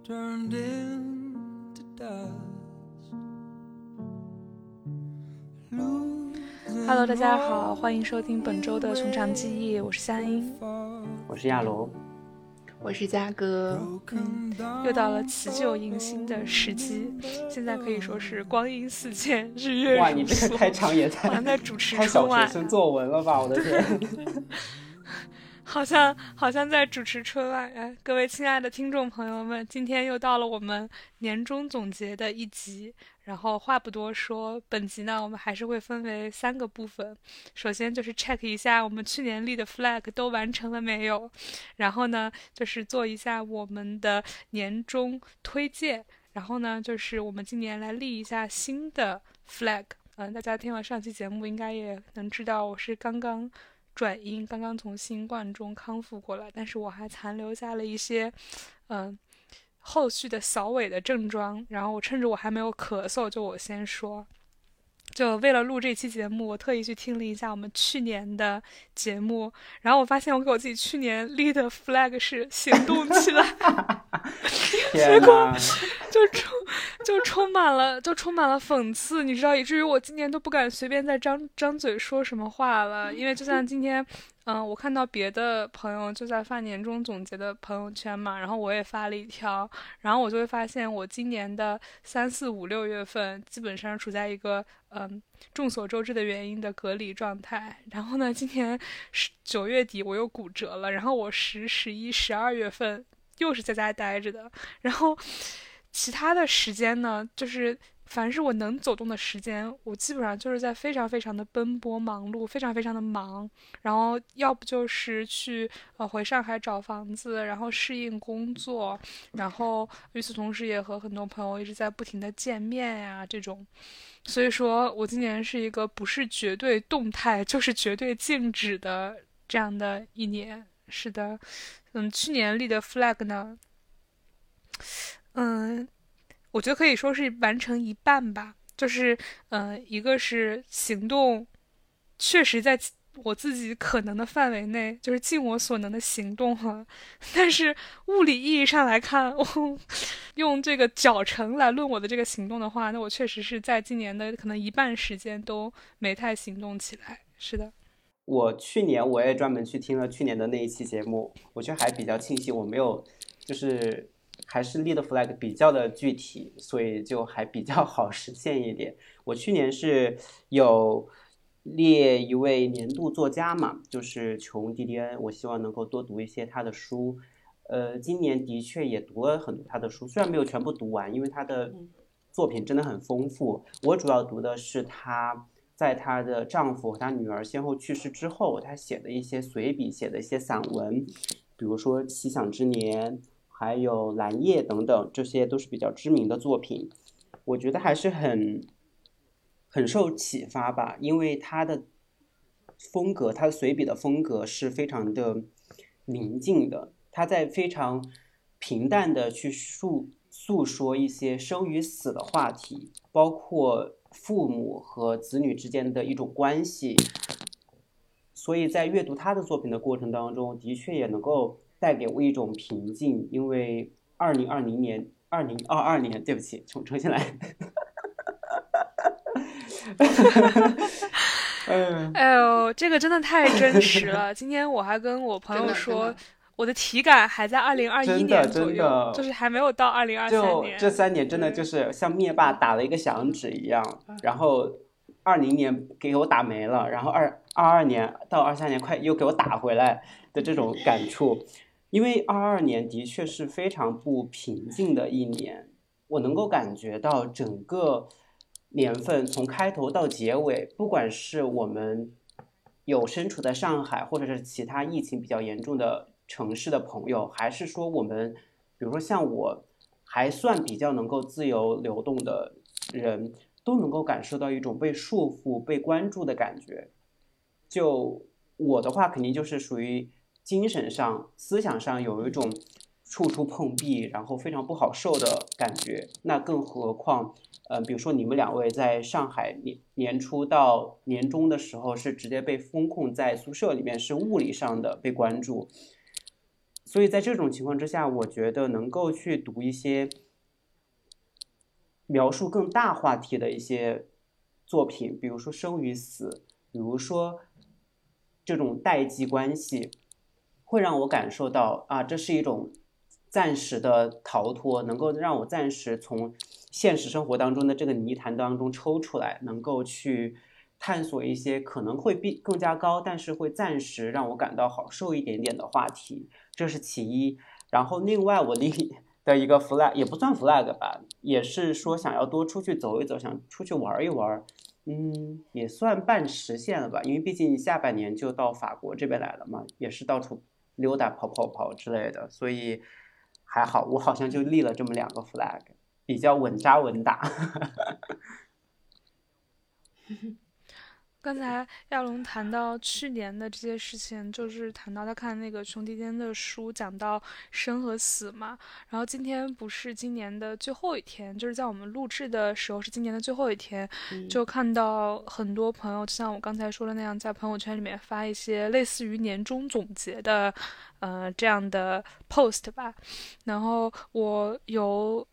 turned into dust. Hello， 大家好，欢迎收听本周的从长计议，我是夏英， 我是亚龙， 我是嘉哥。 又到了辞旧迎新的时机，现在可以说是光阴似箭，日月如梭。 哇，你这个开场也太在主持太春晚， 小学生作文了吧！我的天， 好像在主持春晚。哎，各位亲爱的听众朋友们，今天又到了我们年终总结的一集。然后话不多说，本集呢我们还是会分为3个部分。首先就是 check 一下我们去年立的 flag 都完成了没有，然后呢就是做一下我们的年终推荐，然后呢就是我们今年来立一下新的 flag。大家听了上期节目应该也能知道，我是刚刚转阴，刚刚从新冠中康复过来，但是我还残留下了一些后续的小尾的症状，然后我趁着我还没有咳嗽，我先说，就为了录这期节目，我特意去听了一下我们去年的节目，然后我发现我给我自己去年立的 flag 是行动起来，结果就充满了讽刺，你知道，以至于我今年都不敢随便再张嘴说什么话了，因为就像今天。我看到别的朋友就在发年终总结的朋友圈嘛，然后我也发了一条，然后我就会发现我今年的3、4、5、6月份基本上处在一个众所周知的原因的隔离状态，然后呢，今年9月底我又骨折了，然后我10、11、12月份又是在家待着的，然后其他的时间呢，就是凡是我能走动的时间，我基本上就是在非常非常的奔波忙碌，非常非常的忙，然后要不就是去回上海找房子，然后适应工作，然后与此同时也和很多朋友一直在不停的见面呀这种，所以说我今年是一个不是绝对动态就是绝对静止的这样的一年。是的，去年立的 flag 呢，我觉得可以说是完成一半吧，就是一个是行动确实在我自己可能的范围内，就是尽我所能的行动了，但是物理意义上来看，我用这个脚程来论我的这个行动的话，那我确实是在今年的可能一半时间都没太行动起来。是的， 我去年我也专门去听了去年的那一期节目，我觉得还比较庆幸我没有就是还是立的 flag 比较的具体，所以就还比较好实现一点。我去年是有列一位年度作家嘛，就是琼·蒂迪恩，我希望能够多读一些他的书。今年的确也读了很多他的书，虽然没有全部读完，因为他的作品真的很丰富。我主要读的是他在她的丈夫和她女儿先后去世之后，她写的一些随笔，写的一些散文，比如说《奇想之年》。还有蓝叶等等，这些都是比较知名的作品，我觉得还是很受启发吧，因为他的风格，他的随笔的风格是非常的宁静的，他在非常平淡的去诉说一些生与死的话题，包括父母和子女之间的一种关系，所以在阅读他的作品的过程当中，的确也能够带给我一种平静，因为2022年，对不起，重新来。 哎呦，这个真的太真实了。今天我还跟我朋友说，我的体感还在2021年左右，就是还没有到2023年。 就这3年真的就是像灭霸打了一个响指一样，然后20年给我打没了，然后22年到23年快又给我打回来的这种感触。因为22年的确是非常不平静的一年，我能够感觉到整个年份从开头到结尾，不管是我们有身处在上海或者是其他疫情比较严重的城市的朋友，还是说我们比如说像我还算比较能够自由流动的人，都能够感受到一种被束缚被关注的感觉。就我的话肯定就是属于精神上思想上有一种处处碰壁，然后非常不好受的感觉。那更何况比如说你们2位在上海年初到年中的时候是直接被封控在宿舍里面，是物理上的被关注， 所以在这种情况之下，我觉得能够去读一些描述更大话题的一些作品，比如说生与死，比如说这种代际关系，会让我感受到啊，这是一种暂时的逃脱，能够让我暂时从现实生活当中的这个泥潭当中抽出来，能够去探索一些可能会更加高，但是会暂时让我感到好受一点点的话题，这是其一。然后另外我另的一个 flag 也不算 flag 吧，也是说想要多出去走一走，想出去玩一玩，也算半实现了吧，因为毕竟下半年就到法国这边来了嘛，也是到处溜达跑之类的，所以还好，我好像就立了这么2个 flag， 比较稳扎稳打。 刚才亚龙谈到去年的这些事情，就是谈到他看那个熊迪坚的书，讲到生和死嘛。然后今天不是今年的最后一天，就是在我们录制的时候是今年的最后一天，就看到很多朋友，就像我刚才说的那样，在朋友圈里面发一些类似于年终总结的，这样的 post 吧。然后我有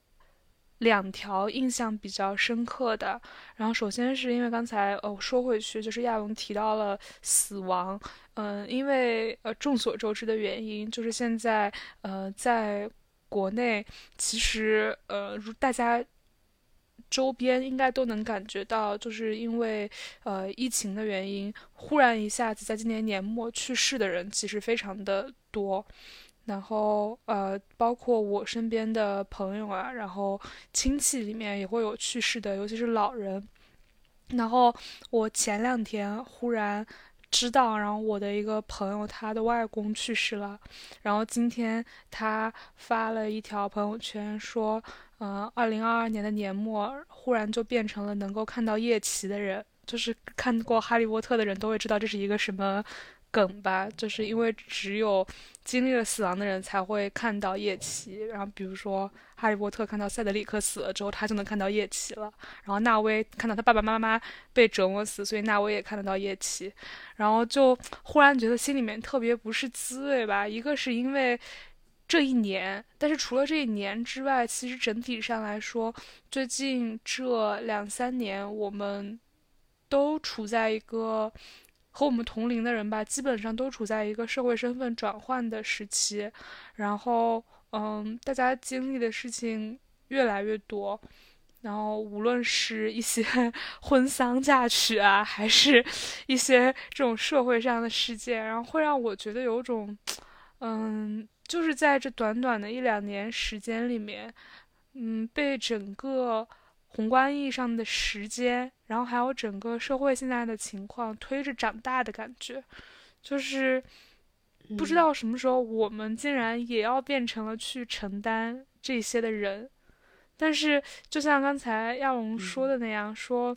2条印象比较深刻的，然后首先是因为刚才说回去，就是亚龙提到了死亡，因为众所周知的原因，就是现在在国内，其实大家周边应该都能感觉到，就是因为疫情的原因，忽然一下子在今年年末去世的人其实非常的多。然后包括我身边的朋友啊，然后亲戚里面也会有去世的，尤其是老人。然后我前2天忽然知道，然后我的一个朋友他的外公去世了，然后今天他发了一条朋友圈说，2022年的年末忽然就变成了能够看到夜骑的人，就是看过哈利波特的人都会知道这是一个什么梗吧，就是因为只有经历了死亡的人才会看到夜骑，然后比如说哈利波特看到塞德里克死了之后，他就能看到夜骑了，然后纳威看到他爸爸妈妈被折磨死，所以纳威也看得到夜骑，然后就忽然觉得心里面特别不是滋味吧。一个是因为这一年，但是除了这一年之外，其实整体上来说，最近这2-3年我们都处在一个和我们同龄的人吧，基本上都处在一个社会身份转换的时期，然后大家经历的事情越来越多，然后无论是一些婚丧嫁娶啊，还是一些这种社会上的事件，然后会让我觉得有种就是在这短短的1-2年时间里面，被整个宏观意义上的时间，然后还有整个社会现在的情况推着长大的感觉，就是不知道什么时候我们竟然也要变成了去承担这些的人。但是就像刚才亚龙说的那样，说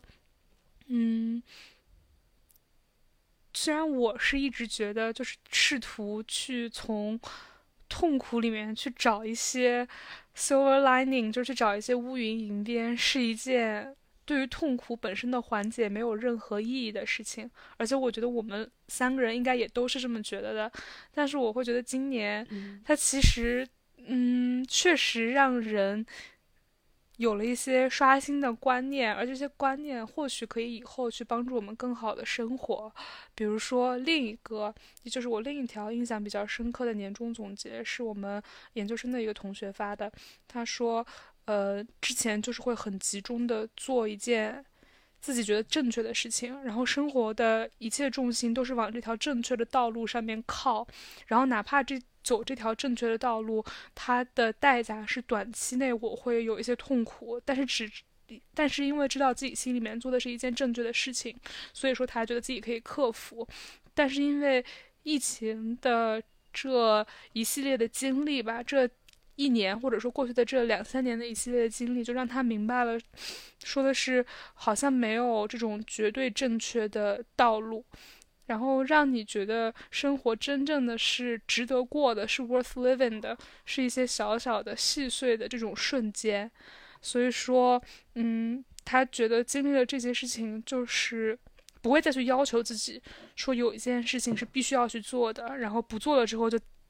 虽然我是一直觉得就是试图去从痛苦里面去找一些 silver lining， 就是去找一些乌云迎边，是一件对于痛苦本身的缓解没有任何意义的事情。而且我觉得我们3个人应该也都是这么觉得的。但是我会觉得今年它其实确实让人有了一些刷新的观念，而这些观念或许可以以后去帮助我们更好的生活。比如说另一个，也就是我另一条印象比较深刻的年终总结，是我们研究生的一个同学发的。他说之前就是会很集中的做一件自己觉得正确的事情，然后生活的一切重心都是往这条正确的道路上面靠，然后哪怕走这条正确的道路，它的代价是短期内我会有一些痛苦，但是因为知道自己心里面做的是一件正确的事情，所以说他觉得自己可以克服。但是因为疫情的这一系列的经历吧，这1年或者说过去的这2-3年的一系列的经历，就让他明白了，说的是好像没有这种绝对正确的道路，然后让你觉得生活真正的是值得过的，是 worth living 的，是一些小小的细碎的这种瞬间。所以说他觉得经历了这些事情，就是不会再去要求自己说有一件事情是必须要去做的，然后不做了之后就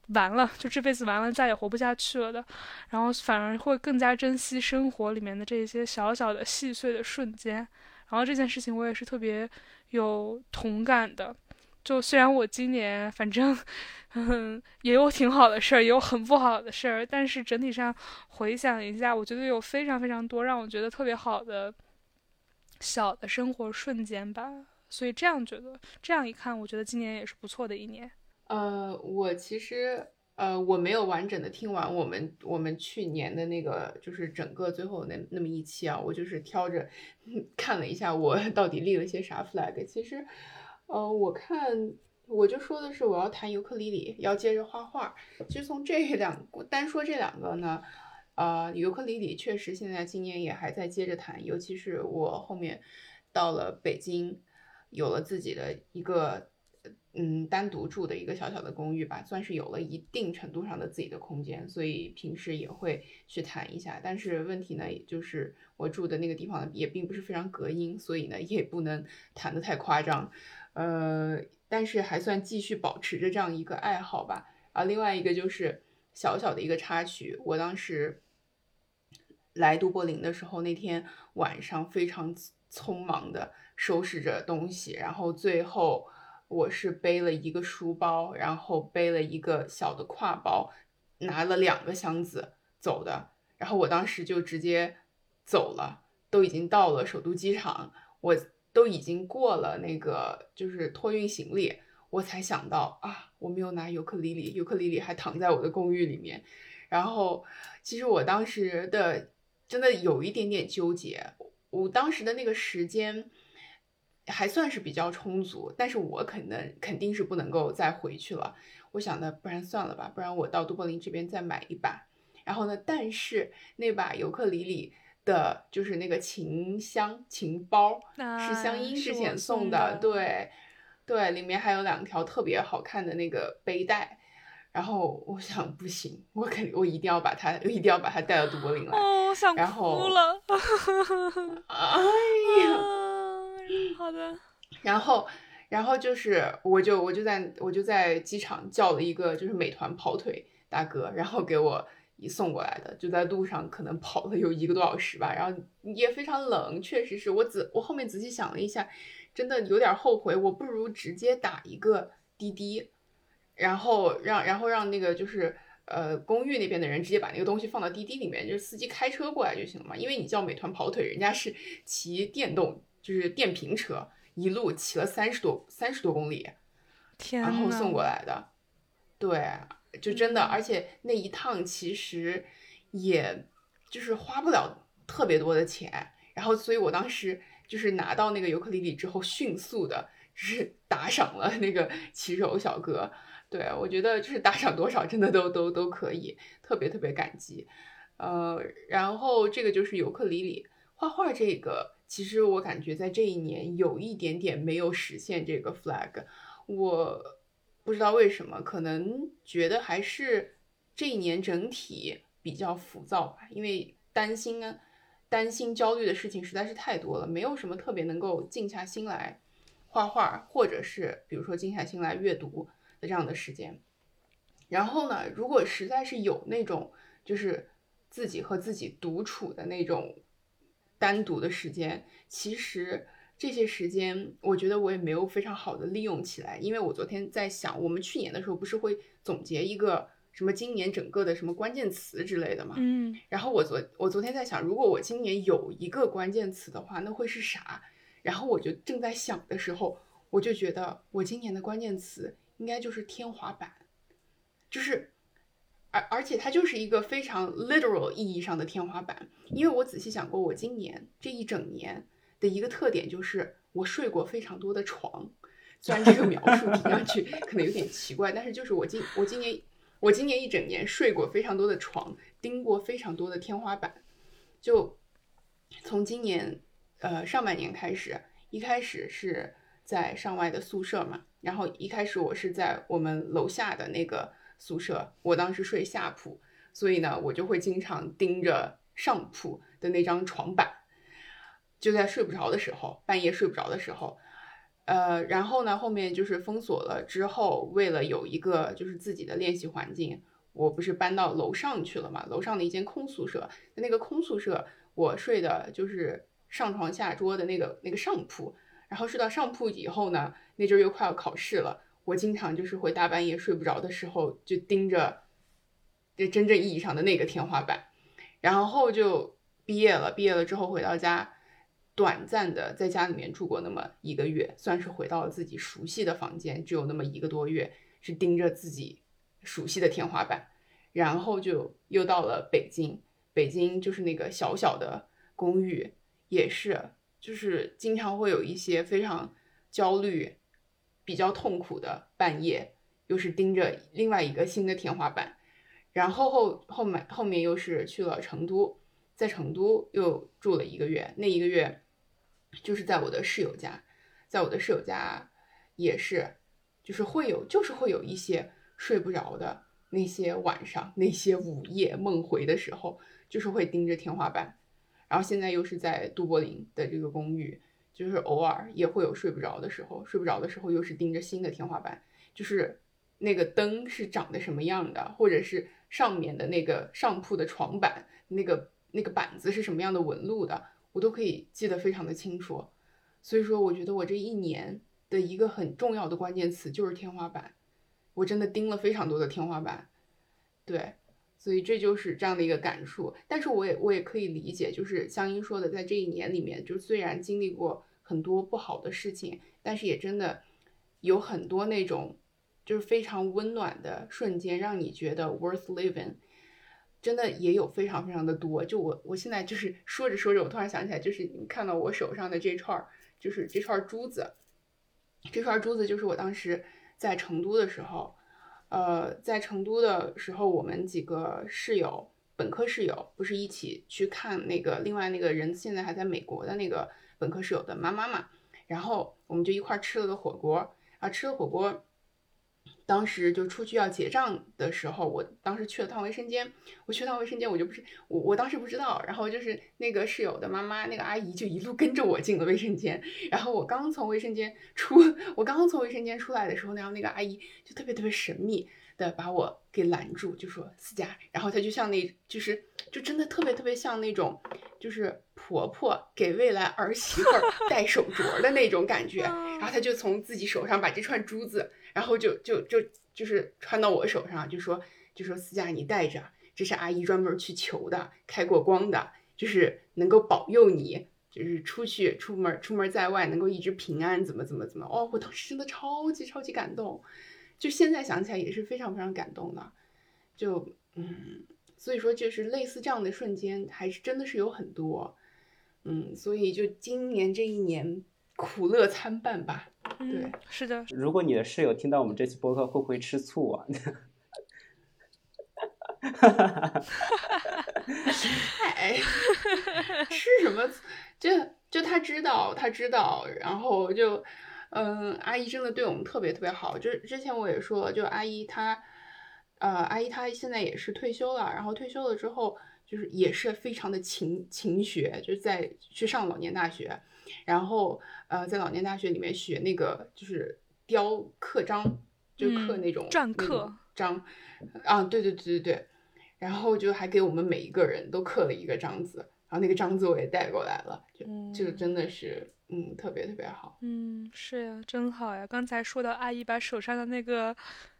完了，就这辈子完了，再也活不下去了的，然后反而会更加珍惜生活里面的这些小小的细碎的瞬间。然后这件事情我也是特别有同感的。就虽然我今年反正也有挺好的事儿，也有很不好的事儿，但是整体上回想一下，我觉得有非常非常多让我觉得特别好的小的生活瞬间吧。所以这样一看，我觉得今年也是不错的一年。 我其实我没有完整的听完我们去年的那个就是整个最后那么一期啊，我就是挑着看了一下我到底立了些啥 flag。其实我就说的是我要弹尤克里里，要接着画画。其实从单说这两个呢，尤克里里确实现在今年也还在接着弹，尤其是我后面到了北京，有了自己的一个单独住的一个小小的公寓吧，算是有了一定程度上的自己的空间，所以平时也会去弹一下。但是问题呢，也就是我住的那个地方也并不是非常隔音，所以呢也不能弹得太夸张。但是还算继续保持着这样一个爱好吧。另外一个就是小小的一个插曲，我当时来都柏林的时候，那天晚上非常匆忙的收拾着东西，然后最后我是背了一个书包，然后背了一个小的挎包，拿了2个箱子走的。然后我当时就直接走了，都已经到了首都机场，我都已经过了那个就是托运行李，我才想到我没有拿尤克里里，尤克里里还躺在我的公寓里面。然后其实我当时的真的有一点点纠结，我当时的那个时间还算是比较充足，但是我肯定是不能够再回去了。我想的，不然算了吧，不然我到都柏林这边再买一把。然后呢，但是那把尤克里里的就是那个琴包是香音之前送的，对对，里面还有2条特别好看的那个背带。然后我想不行，我一定要把它带到都柏林来。 我想哭了。 哎呀， 好的。 然后就是我就在机场叫了一个就是美团跑腿大哥，然后给我送过来的，就在路上可能跑了有1个多小时吧，然后也非常冷，确实是我后面仔细想了一下，真的有点后悔，我不如直接打一个滴滴，然后让那个就是公寓那边的人直接把那个东西放到滴滴里面，就是司机开车过来就行了嘛，因为你叫美团跑腿，人家是骑电动就是电瓶车，一路骑了30多公里，然后送过来的。对，就真的，而且那一趟其实也就是花不了特别多的钱，然后所以我当时就是拿到那个尤克里里之后，迅速的就是打赏了那个骑手小哥。对，我觉得就是打赏多少真的都可以，特别特别感激。然后这个就是尤克里里。画画这个其实我感觉在这一年有一点点没有实现这个 flag， 我不知道为什么，可能觉得还是这一年整体比较浮躁吧，因为担心焦虑的事情实在是太多了，没有什么特别能够静下心来画画，或者是比如说静下心来阅读的这样的时间。然后呢，如果实在是有那种就是自己和自己独处的那种单独的时间，其实这些时间我觉得我也没有非常好的利用起来。因为我昨天在想，我们去年的时候不是会总结一个什么今年整个的什么关键词之类的嘛，然后我昨天在想，如果我今年有一个关键词的话，那会是啥？然后我就正在想的时候，我就觉得我今年的关键词应该就是天花板，就是而且它就是一个非常 literal 意义上的天花板。因为我仔细想过，我今年这一整年的一个特点就是我睡过非常多的床。虽然这个描述听上去可能有点奇怪，但是就是我今年一整年睡过非常多的床，盯过非常多的天花板。就从今年上半年开始，一开始是在上外的宿舍嘛，然后一开始我是在我们楼下的那个宿舍，我当时睡下铺，所以呢我就会经常盯着上铺的那张床板，就在睡不着的时候，半夜睡不着的时候， 然后呢，后面就是封锁了之后，为了有一个就是自己的练习环境，我不是搬到楼上去了嘛，楼上的一间空宿舍。那个空宿舍，我睡的就是上床下桌的那个上铺。然后睡到上铺以后呢，那阵又快要考试了，我经常就是会大半夜睡不着的时候，就盯着这真正意义上的那个天花板。然后就毕业了之后回到家。短暂的在家里面住过那么1个月，算是回到了自己熟悉的房间，只有那么1个多月是盯着自己熟悉的天花板。然后就又到了北京，北京就是那个小小的公寓，也是就是经常会有一些非常焦虑比较痛苦的半夜，又是盯着另外一个新的天花板。然后后面又是去了成都，在成都又住了1个月，那1个月就是在我的室友家，也是，就是会有一些睡不着的那些晚上，那些午夜梦回的时候，就是会盯着天花板。然后现在又是在都柏林的这个公寓，就是偶尔也会有睡不着的时候又是盯着新的天花板，就是那个灯是长得什么样的，或者是上面的那个上铺的床板那个板子是什么样的纹路的，我都可以记得非常的清楚。所以说我觉得我这1年的一个很重要的关键词就是天花板，我真的盯了非常多的天花板。对，所以这就是这样的一个感触。但是我也可以理解，就是香音说的，在这1年里面，就虽然经历过很多不好的事情，但是也真的有很多那种就是非常温暖的瞬间，让你觉得 worth living，真的也有非常非常的多。就我现在就是说着说着，我突然想起来，就是你看到我手上的这串珠子，就是我当时在成都的时候，我们几个室友，本科室友，不是一起去看那个另外那个人现在还在美国的那个本科室友的妈妈嘛，然后我们就一块吃了个火锅啊，吃了火锅。当时就出去要结账的时候，我当时去了趟卫生间，我当时不知道，然后就是那个室友的妈妈，那个阿姨就一路跟着我进了卫生间，然后我刚刚从卫生间出来的时候，然后那个阿姨就特别特别神秘的把我给拦住，就说思佳，然后她就像就真的特别特别像那种就是婆婆给未来儿媳妇戴手镯的那种感觉，然后她就从自己手上把这串珠子，然后就是穿到我手上，就说思佳你戴着，这是阿姨专门去求的，开过光的，就是能够保佑你，就是出门在外能够一直平安，怎么哦，我当时真的超级超级感动，就现在想起来也是非常非常感动的，就所以说就是类似这样的瞬间还是真的是有很多，所以就今年这1年苦乐参半吧。对， 是的。 如果你的室友听到我们这期播客，会不会吃醋啊？ 哎，吃什么？就他知道，然后就，阿姨真的对我们特别特别好。就是之前我也说了，就阿姨她现在也是退休了，然后退休了之后，就是也是非常的勤学，就是去上老年大学，然后在老年大学里面学那个就是雕刻章，就刻那种篆刻章啊，对，然后就还给我们每一个人都刻了一个章子，然后那个章子我也带过来了，就真的是特别特别好。 是呀，真好呀。刚才说到阿姨把手上的那个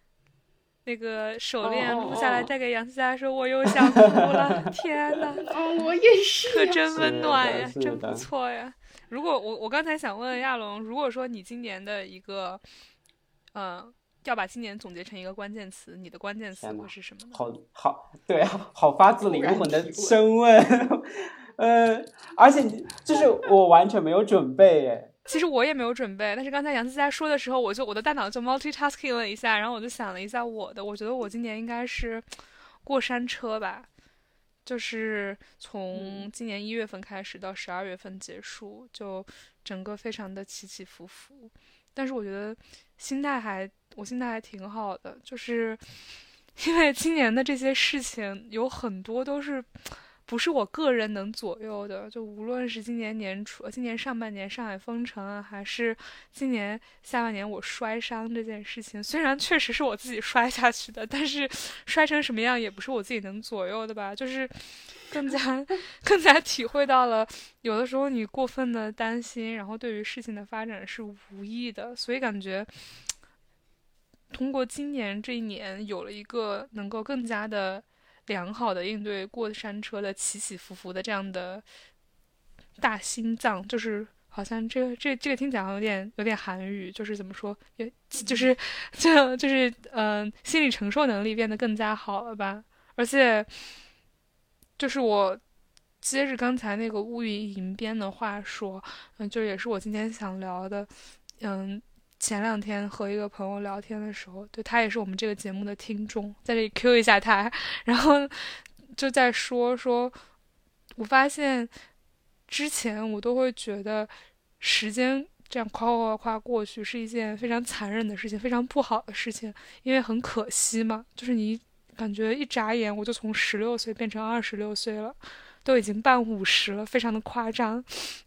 手链录下来带给杨思佳的时候，我又想哭了。天哪！ 我也是， 可真温暖呀， 是的真不错呀。如果我刚才想问亚龙，如果说你今年的一个要把今年总结成一个关键词，你的关键词会是什么呢？ 对，好发自灵魂的深问。而且就是我完全没有准备耶。 其实我也没有准备，但是刚才杨思佳说的时候，我的大脑就 multitasking 了一下，然后我就想了一下我觉得我今年应该是过山车吧，就是从今年1月份开始到12月份结束，就整个非常的起起伏伏，但是我觉得心态还挺好的，就是因为今年的这些事情有很多都是不是我个人能左右的。就无论是今年年初、今年上半年上海封城啊，还是今年下半年我摔伤这件事情，虽然确实是我自己摔下去的，但是摔成什么样也不是我自己能左右的吧。就是更加体会到了，有的时候你过分的担心，然后对于事情的发展是无益的。所以感觉通过今年这一年，有了一个能够更加的良好的应对过山车的起起伏伏的这样的大心脏，就是好像这个听起来有点韩语，就是怎么说，就是心理承受能力变得更加好了吧。而且就是我接着刚才那个乌云迎边的话说，就也是我今天想聊的，前2天和一个朋友聊天的时候，对，他也是我们这个节目的听众，在这里 Q 一下他，然后就在说我发现之前我都会觉得时间这样夸过去是一件非常残忍的事情，非常不好的事情，因为很可惜嘛，就是你感觉一眨眼我就从16岁变成26岁了，都已经半50了，非常的夸张。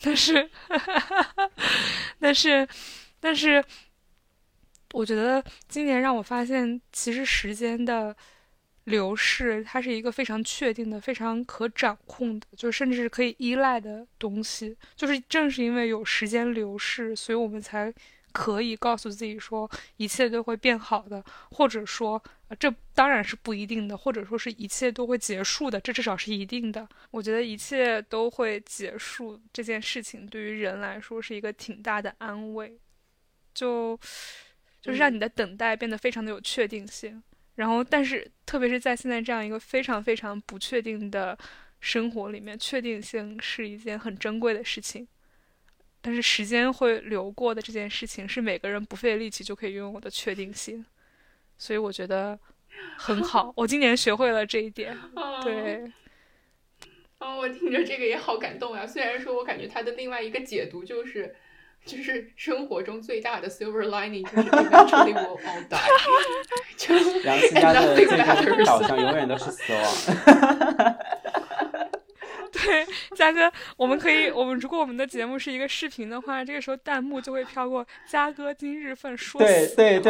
但是我觉得今年让我发现，其实时间的流逝它是一个非常确定的、非常可掌控的，就甚至是可以依赖的东西。就是正是因为有时间流逝，所以我们才可以告诉自己说一切都会变好的，或者说这当然是不一定的，或者说是一切都会结束的，这至少是一定的。我觉得一切都会结束这件事情对于人来说是一个挺大的安慰，就是让你的等待变得非常的有确定性。然后但是特别是在现在这样一个非常非常不确定的生活里面，确定性是一件很珍贵的事情，但是时间会流过的这件事情是每个人不费力气就可以拥有的确定性，所以我觉得很好。我今年学会了这一点。对， 我听着这个也好感动呀。虽然说我感觉它的另外一个解读就是生活中最大的 silver lining 就是 eventually we'll all die 就杨思佳的最终导向永远都是死亡。 对，嘉哥，我们如果我们的节目是一个视频的话，这个时候弹幕就会飘过嘉哥今日份说死， 对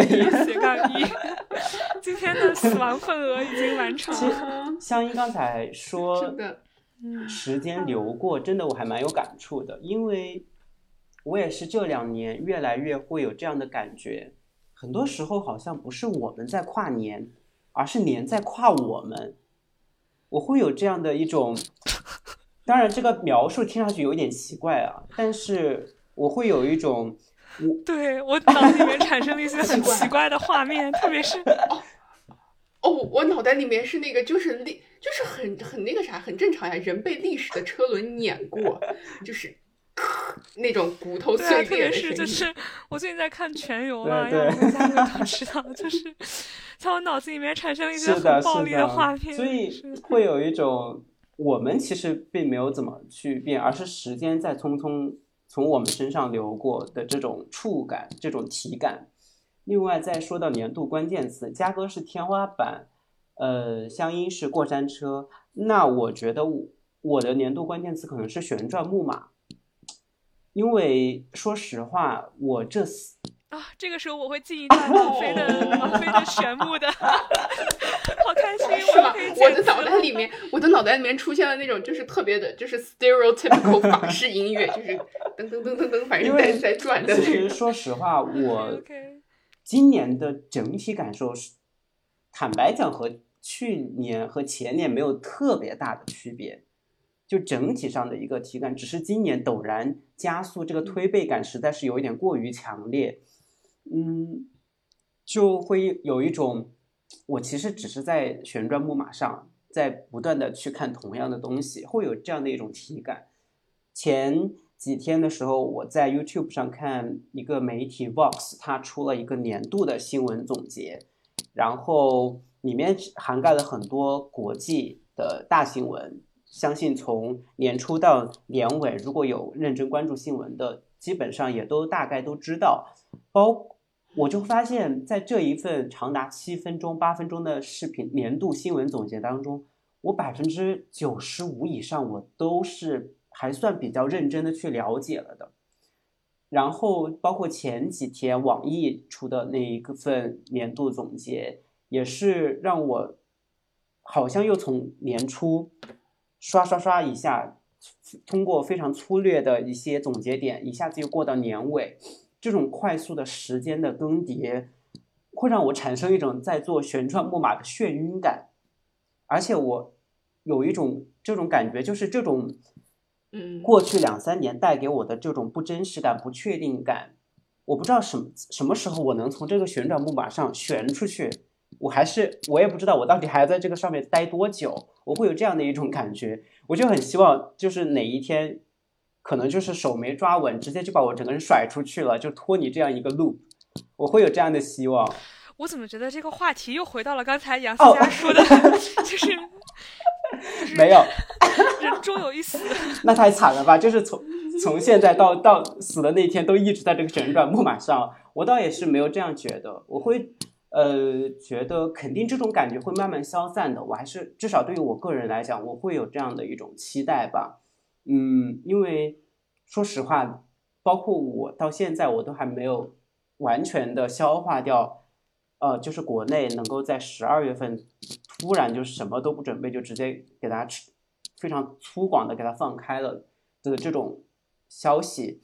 1/1今天的死亡份额已经完成了。 香依刚才说是的， 时间流过，真的我还蛮有感触的，因为我也是这2年越来越会有这样的感觉，很多时候好像不是我们在跨年，而是年在跨我们。我会有这样的一种，当然这个描述听上去有点奇怪啊，但是我会有一种， 对，我脑子里面产生了一些很奇怪的画面，特别是我脑袋里面是那个就是很那个啥，很正常呀，人被历史的车轮碾过，就是那种骨头碎裂的声音。 特别是就是我最近在看全游嘛，让我们家人都知道，就是在我脑子里面产生了一些很暴力的画面， 所以会有一种我们其实并没有怎么去变，而是时间在匆匆从我们身上流过的这种触感，这种体感。另外再说到年度关键词，嘉哥是天花板，香音是过山车，那我觉得我的年度关键词可能是旋转木马，因为说实话我这个时候我会进一段王菲的旋木的好开心， 是吧？我的脑袋里面出现了那种就是特别的就是 stereotypical 法式音乐，就是噔噔噔噔噔，反正在转的。 其实说实话我今年的整体感受是，坦白讲和去年和前年没有特别大的区别，就整体上的一个体感，只是今年陡然加速，这个推背感实在是有一点过于强烈。就会有一种我其实只是在旋转木马上在不断的去看同样的东西，会有这样的一种体感。前几天的时候我在 YouTube 上看一个媒体 Vox， 它出了一个年度的新闻总结，然后里面涵盖了很多国际的大新闻，相信从年初到年尾如果有认真关注新闻的基本上也都大概都知道。我就发现在这一份长达7分钟8分钟的视频年度新闻总结当中， 我95%以上我都是还算比较认真的去了解了的。然后包括前几天网易出的那一份年度总结，也是让我好像又从年初刷一下，通过非常粗略的一些总结点，一下子又过到年尾，这种快速的时间的更迭会让我产生一种在做旋转木马的眩晕感。而且我有一种这种感觉，就是这种过去2-3年带给我的这种不真实感、不确定感，我不知道什么时候我能从这个旋转木马上旋出去，我也不知道我到底还要在这个上面待多久，我会有这样的一种感觉。我就很希望就是哪一天可能就是手没抓稳，直接就把我整个人甩出去了，就拖你这样一个路，我会有这样的希望。 我怎么觉得这个话题又回到了刚才杨思佳说的，就是没有人终有一死。 那太惨了吧，就是从现在到死的那天都一直在这个旋转木马上。我倒也是没有这样觉得，我会觉得肯定这种感觉会慢慢消散的，我还是至少对于我个人来讲，我会有这样的一种期待吧。因为说实话，包括我到现在我都还没有完全的消化掉就是国内能够在12月份突然就什么都不准备就直接给它非常粗犷的给它放开了的这种消息。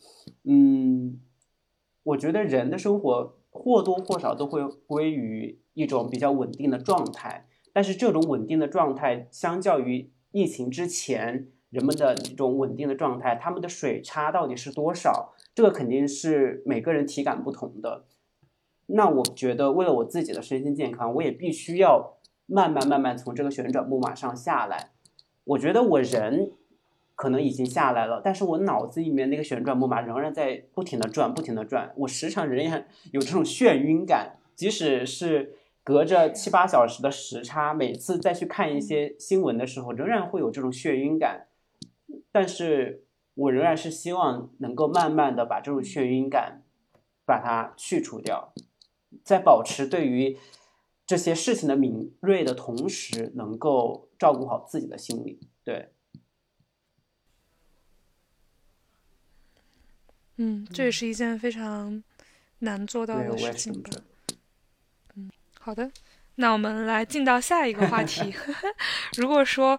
我觉得人的生活或多或少都会归于一种比较稳定的状态，但是这种稳定的状态相较于疫情之前人们的这种稳定的状态，他们的水差到底是多少，这个肯定是每个人体感不同的。那我觉得为了我自己的身心健康，我也必须要慢慢从这个旋转木马上下来。我觉得我人可能已经下来了，但是我脑子里面那个旋转木马仍然在不停的转，我时常仍然有这种眩晕感，即使是隔着7-8小时的时差，每次再去看一些新闻的时候仍然会有这种眩晕感，但是我仍然是希望能够慢慢的把这种眩晕感把它去除掉，在保持对于这些事情的敏锐的同时，能够照顾好自己的心理。对， 这也是一件非常难做到的事情吧。好的，那我们来进到下一个话题。如果说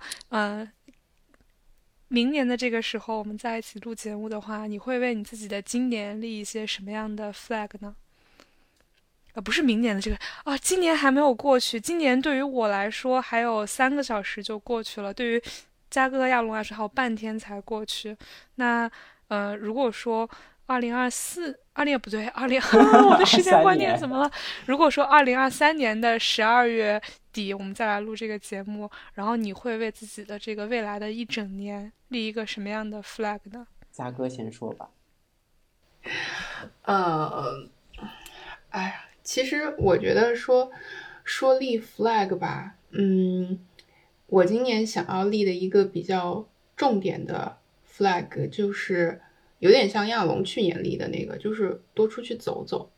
明年的这个时候我们在一起录节目的话，你会为你自己的今年立一些什么样的 flag 呢？不是明年的这个今年还没有过去，今年对于我来说还有3个小时就过去了，对于嘉哥亚龙来说还有半天才过去。那如果说2024不对我的时间观念怎么了？如果说2023年的12月底我们再来录这个节目，然后你会为自己的这个未来的一整年立一个什么样的 flag 呢？ 嘉哥先说吧。 其实我觉得说立 flag 吧，我今年想要立的一个比较重点的 flag 就是有点像亚龙去年立的那个，就是多出去走走。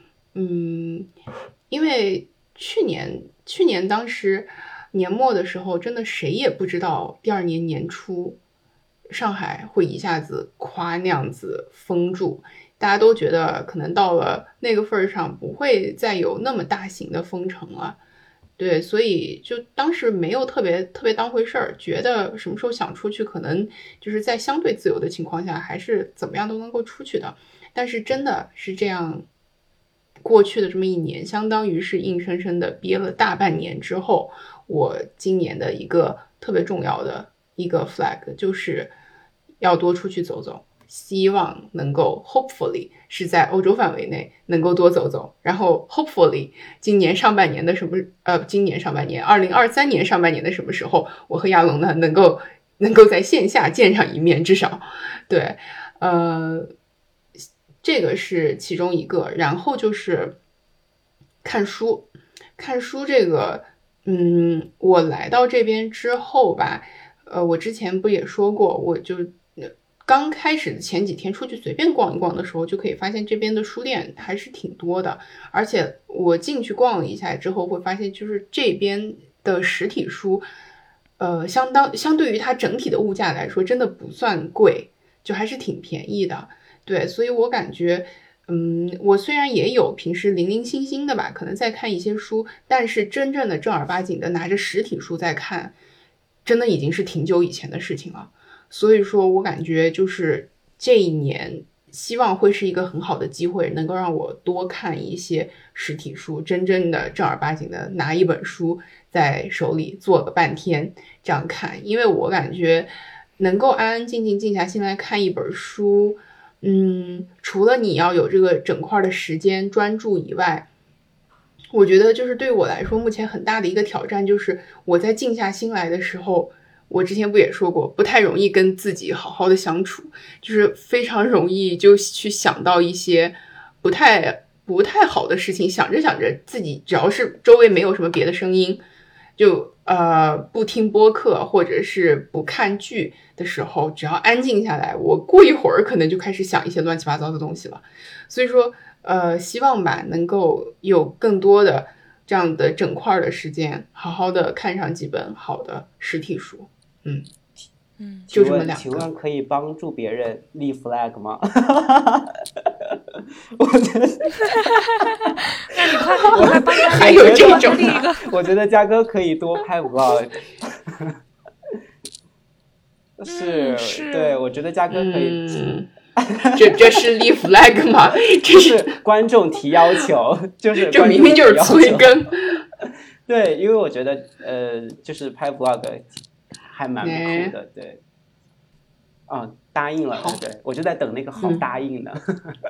因为去年当时年末的时候，真的谁也不知道第2年年初上海会一下子夸那样子封住，大家都觉得可能到了那个份上不会再有那么大型的封城了。对，所以就当时没有特别当回事儿，觉得什么时候想出去，可能就是在相对自由的情况下，还是怎么样都能够出去的。但是真的是这样，过去的这么1年，相当于是硬生生的憋了大半年之后，我今年的一个特别重要的一个 flag 就是要多出去走走。希望能够 hopefully 是在欧洲范围内能够多走走，然后 hopefully 今年上半年2023年上半年的什么时候，我和亚龙呢能够在线下见上一面，至少对，这个是其中一个。然后就是看书这个，我来到这边之后吧，我之前不也说过，我就刚开始的前几天出去随便逛一逛的时候，就可以发现这边的书店还是挺多的。而且我进去逛了一下之后，会发现就是这边的实体书， 相对于它整体的物价来说，真的不算贵，就还是挺便宜的。对，所以我感觉，我虽然也有平时零零星星的吧，可能在看一些书，但是真正的正儿八经的拿着实体书在看，真的已经是挺久以前的事情了。所以说我感觉就是这一年，希望会是一个很好的机会，能够让我多看一些实体书，真正的正儿八经的拿一本书在手里坐个半天这样看。因为我感觉能够安安静静静下心来看一本书，除了你要有这个整块的时间专注以外，我觉得就是对我来说目前很大的一个挑战，就是我在静下心来的时候，我之前不也说过，不太容易跟自己好好的相处，就是非常容易就去想到一些不太好的事情，想着想着自己只要是周围没有什么别的声音，就不听播客或者是不看剧的时候，只要安静下来，我过一会儿可能就开始想一些乱七八糟的东西了。所以说希望吧能够有更多的这样的整块的时间，好好的看上几本好的实体书。就这么两个。 请问可以帮助别人立 flag 吗？我觉得那你快帮他还有这种立一个。 我觉得嘉哥可以多拍 vlog。是，对，我觉得嘉哥可以。 这是立 flag 吗？这是观众提要求，就是这明明就是催更。 对，因为我觉得就是拍 vlog 还蛮酷的，对。答应了，对，我就在等那个好答应呢。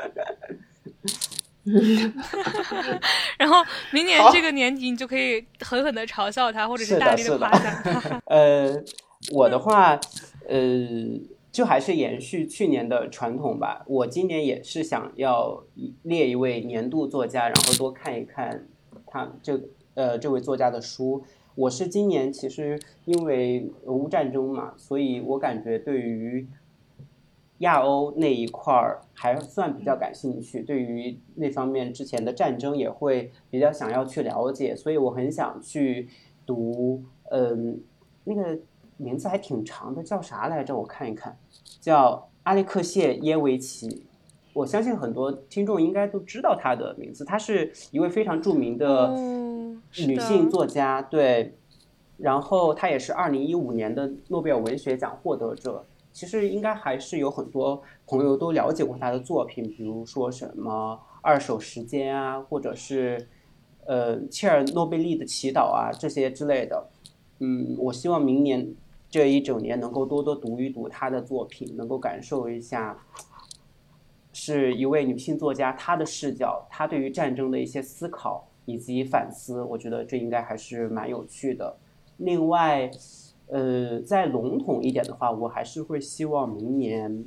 然后明年这个年底，你就可以狠狠的嘲笑他，或者是大力的夸奖他。 我的话，就还是延续去年的传统吧。我今年也是想要列一位年度作家，然后多看一看他这位作家的书。我是今年其实因为俄乌战争嘛，所以我感觉对于亚欧那一块还算比较感兴趣，对于那方面之前的战争也会比较想要去了解，所以我很想去读那个名字还挺长的，叫啥来着？我看一看，叫阿列克谢耶维奇。我相信很多听众应该都知道他的名字，他是一位非常著名的女性作家，对。然后他也是2015年的诺贝尔文学奖获得者。其实应该还是有很多朋友都了解过他的作品，比如说什么二手时间啊，或者是切尔诺贝利的祈祷啊，这些之类的。我希望明年这一整年能够多多读一读他的作品，能够感受一下是一位女性作家她的视角，她对于战争的一些思考以及反思，我觉得这应该还是蛮有趣的。另外再笼统一点的话，我还是会希望明年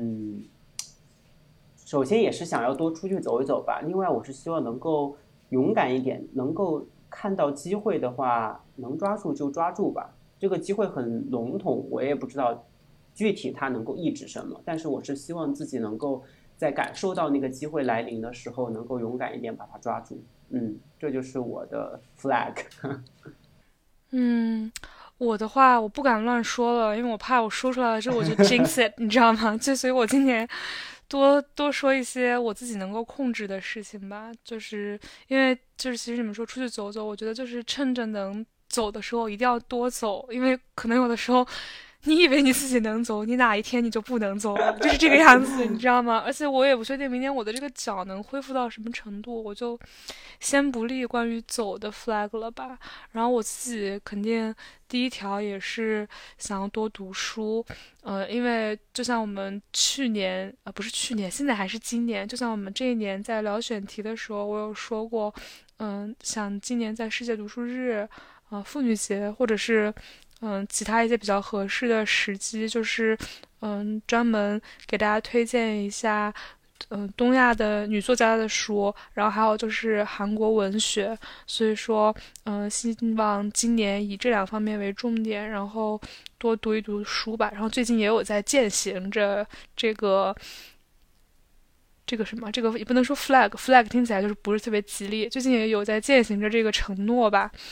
首先也是想要多出去走一走吧。另外我是希望能够勇敢一点，能够看到机会的话能抓住就抓住吧。这个机会很笼统，我也不知道具体它能够意指什么，但是我是希望自己能够在感受到那个机会来临的时候能够勇敢一点把它抓住。这就是我的 flag。 我的话我不敢乱说了，因为我怕我说出来了之后我就 jinx it 你知道吗？所以我今年多说一些我自己能够控制的事情吧。就是因为就是其实你们说出去走走，我觉得就是趁着能走的时候一定要多走，因为可能有的时候你以为你自己能走，你哪一天你就不能走了，就是这个样子，你知道吗？而且我也不确定明年我的这个脚能恢复到什么程度，我就先不立关于走的 flag 了吧。然后我自己肯定第一条也是想要多读书，因为就像我们去年不是去年，现在还是今年，就像我们这一年在聊选题的时候，我有说过，想今年在世界读书日、妇女节或者是其他一些比较合适的时机，就是专门给大家推荐一下东亚的女作家的书，然后还有就是韩国文学。所以说希望今年以这两方面为重点，然后多读一读书吧。然后最近也有在践行着这个什么，这个也不能说 flag 听起来就是不是特别吉利，最近也有在践行着这个承诺吧。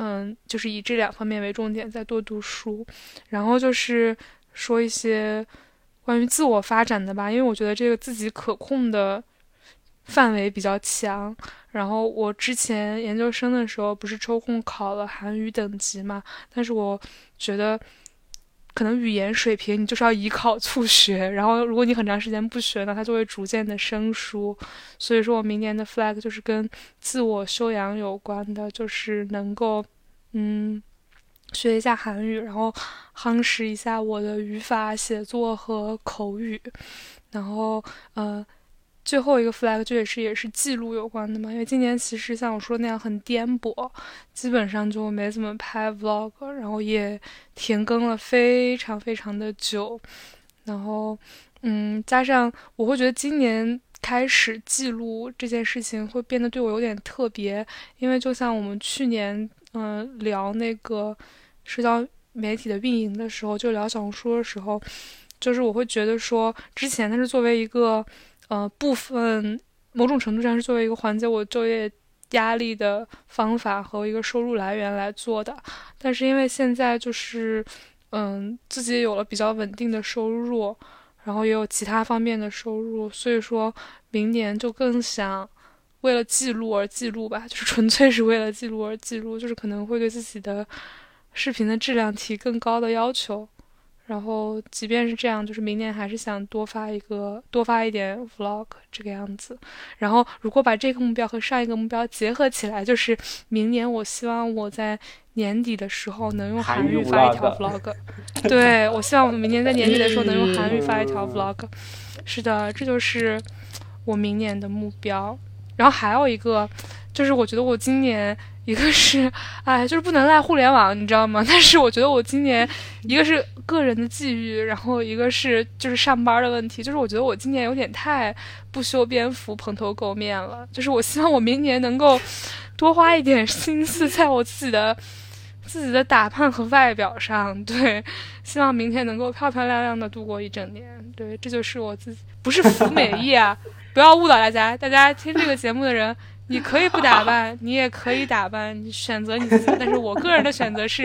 就是以这2方面为重点，再多读书，然后就是说一些关于自我发展的吧，因为我觉得这个自己可控的范围比较强。然后我之前研究生的时候不是抽空考了韩语等级嘛，但是我觉得可能语言水平你就是要以考促学，然后如果你很长时间不学呢，它就会逐渐的生疏。所以说我明年的 flag 就是跟自我修养有关的，就是能够学一下韩语，然后夯实一下我的语法、写作和口语。然后最后一个 flag 就也是记录有关的嘛，因为今年其实像我说的那样很颠簸，基本上就没怎么拍 vlog， 然后也停更了非常非常的久。然后加上我会觉得今年开始记录这件事情会变得对我有点特别，因为就像我们去年聊那个社交媒体的运营的时候，就聊小红书的时候，就是我会觉得说之前它是作为一个部分某种程度上是作为一个缓解我就业压力的方法和一个收入来源来做的，但是因为现在就是自己也有了比较稳定的收入，然后也有其他方面的收入，所以说明年就更想为了记录而记录吧，就是纯粹是为了记录而记录，就是可能会对自己的视频的质量提更高的要求。然后即便是这样，就是明年还是想多发一点 vlog 这个样子。然后如果把这个目标和上一个目标结合起来，就是明年我希望我在年底的时候能用韩语发一条 vlog。对，我希望我明年在年底的时候能用韩语发一条 vlog。是的，这就是我明年的目标。然后还有一个就是我觉得我今年一个是就是不能赖互联网，你知道吗？但是我觉得我今年一个是个人的际遇，然后一个是就是上班的问题，就是我觉得我今年有点太不修边幅蓬头垢面了，就是我希望我明年能够多花一点心思在我自己的打扮和外表上。对，希望明天能够漂漂亮亮的度过一整年。对，这就是我自己，不是服美役啊，不要误导大家。大家听这个节目的人，你可以不打扮，你也可以打扮，你选择你自己。但是我个人的选择是，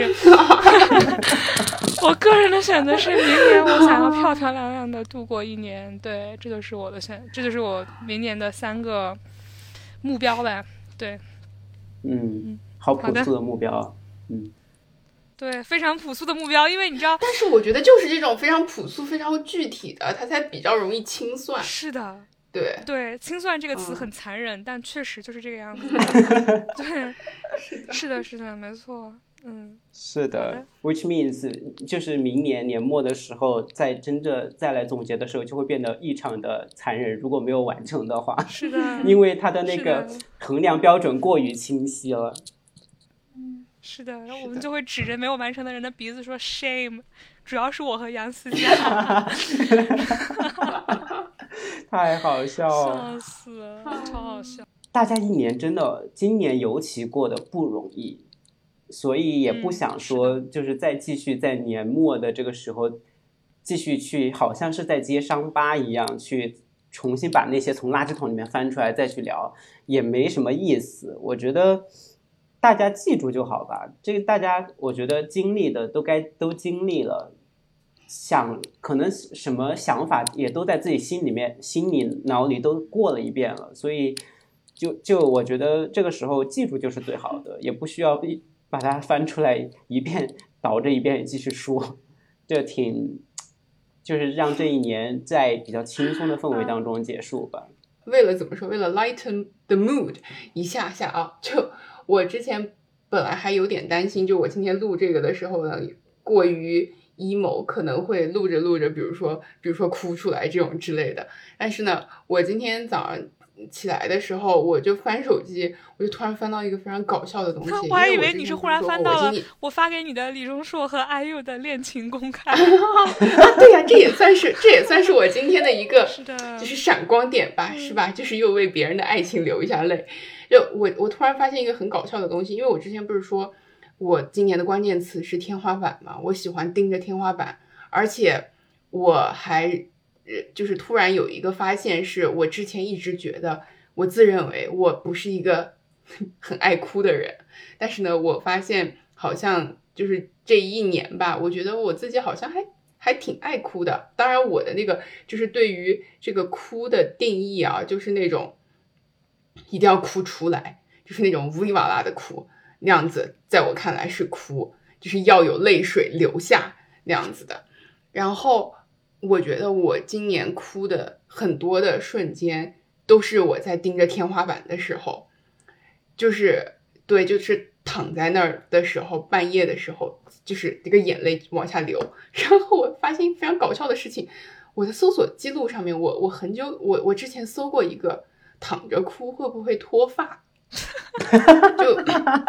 我个人的选择是，明年我想要漂漂亮亮的度过一年。对，这就是我的这就是我明年的3个目标吧。对， 好朴素的目标。 对，非常朴素的目标，因为你知道， 但是我觉得就是这种非常朴素、非常具体的，它才比较容易清算。 是的。 对， 清算这个词很残忍，但确实就是这个样子。对，是的，没错。 是的 ，which means 就是明年年末的时候，再来总结的时候，就会变得异常的残忍。如果没有完成的话， 是的， 因为它的那个衡量标准过于清晰了。 是的，然后我们就会指着没有完成的人的鼻子说 shame， 主要是我和杨思佳。 太好笑了， 笑死了，超好笑。 大家一年真的今年尤其过得不容易，所以也不想说就是再继续在年末的这个时候继续去好像是在揭伤疤一样去重新把那些从垃圾桶里面翻出来再去聊，也没什么意思。我觉得大家记住就好吧，这个大家我觉得经历的都经历了，可能什么想法也都在自己心里脑里都过了一遍了，所以就我觉得这个时候记住就是最好的，也不需要把它翻出来一遍倒着一遍继续说，这就是让这一年在比较轻松的氛围当中结束吧。 为了怎么说，为了 lighten the mood 一下下啊，就我之前本来还有点担心，就我今天录这个的时候呢，过于 emo 可能会录着比如说哭出来这种之类的。但是呢，我今天早上起来的时候，我就翻手机，我就突然翻到一个非常搞笑的东西。 我还以为你是忽然翻到了我发给你的李钟硕和 IU 的恋情公开。 对呀，这也算是我今天的一个就是闪光点吧，是吧？就是又为别人的爱情流一下泪。就我突然发现一个很搞笑的东西，因为我之前不是说我今年的关键词是天花板嘛，我喜欢盯着天花板，而且我还就是突然有一个发现，是我之前一直觉得我自认为我不是一个很爱哭的人，但是呢，我发现好像就是这一年吧，我觉得我自己好像还挺爱哭的。当然，我的那个就是对于这个哭的定义啊，就是那种一定要哭出来，就是那种呜里哇啦的哭，那样子在我看来是哭，就是要有泪水流下那样子的。然后我觉得我今年哭的很多的瞬间都是我在盯着天花板的时候，就是躺在那儿的时候，半夜的时候，就是这个眼泪往下流。然后我发现非常搞笑的事情，我的搜索记录上面，我很久我之前搜过一个躺着哭会不会脱发，就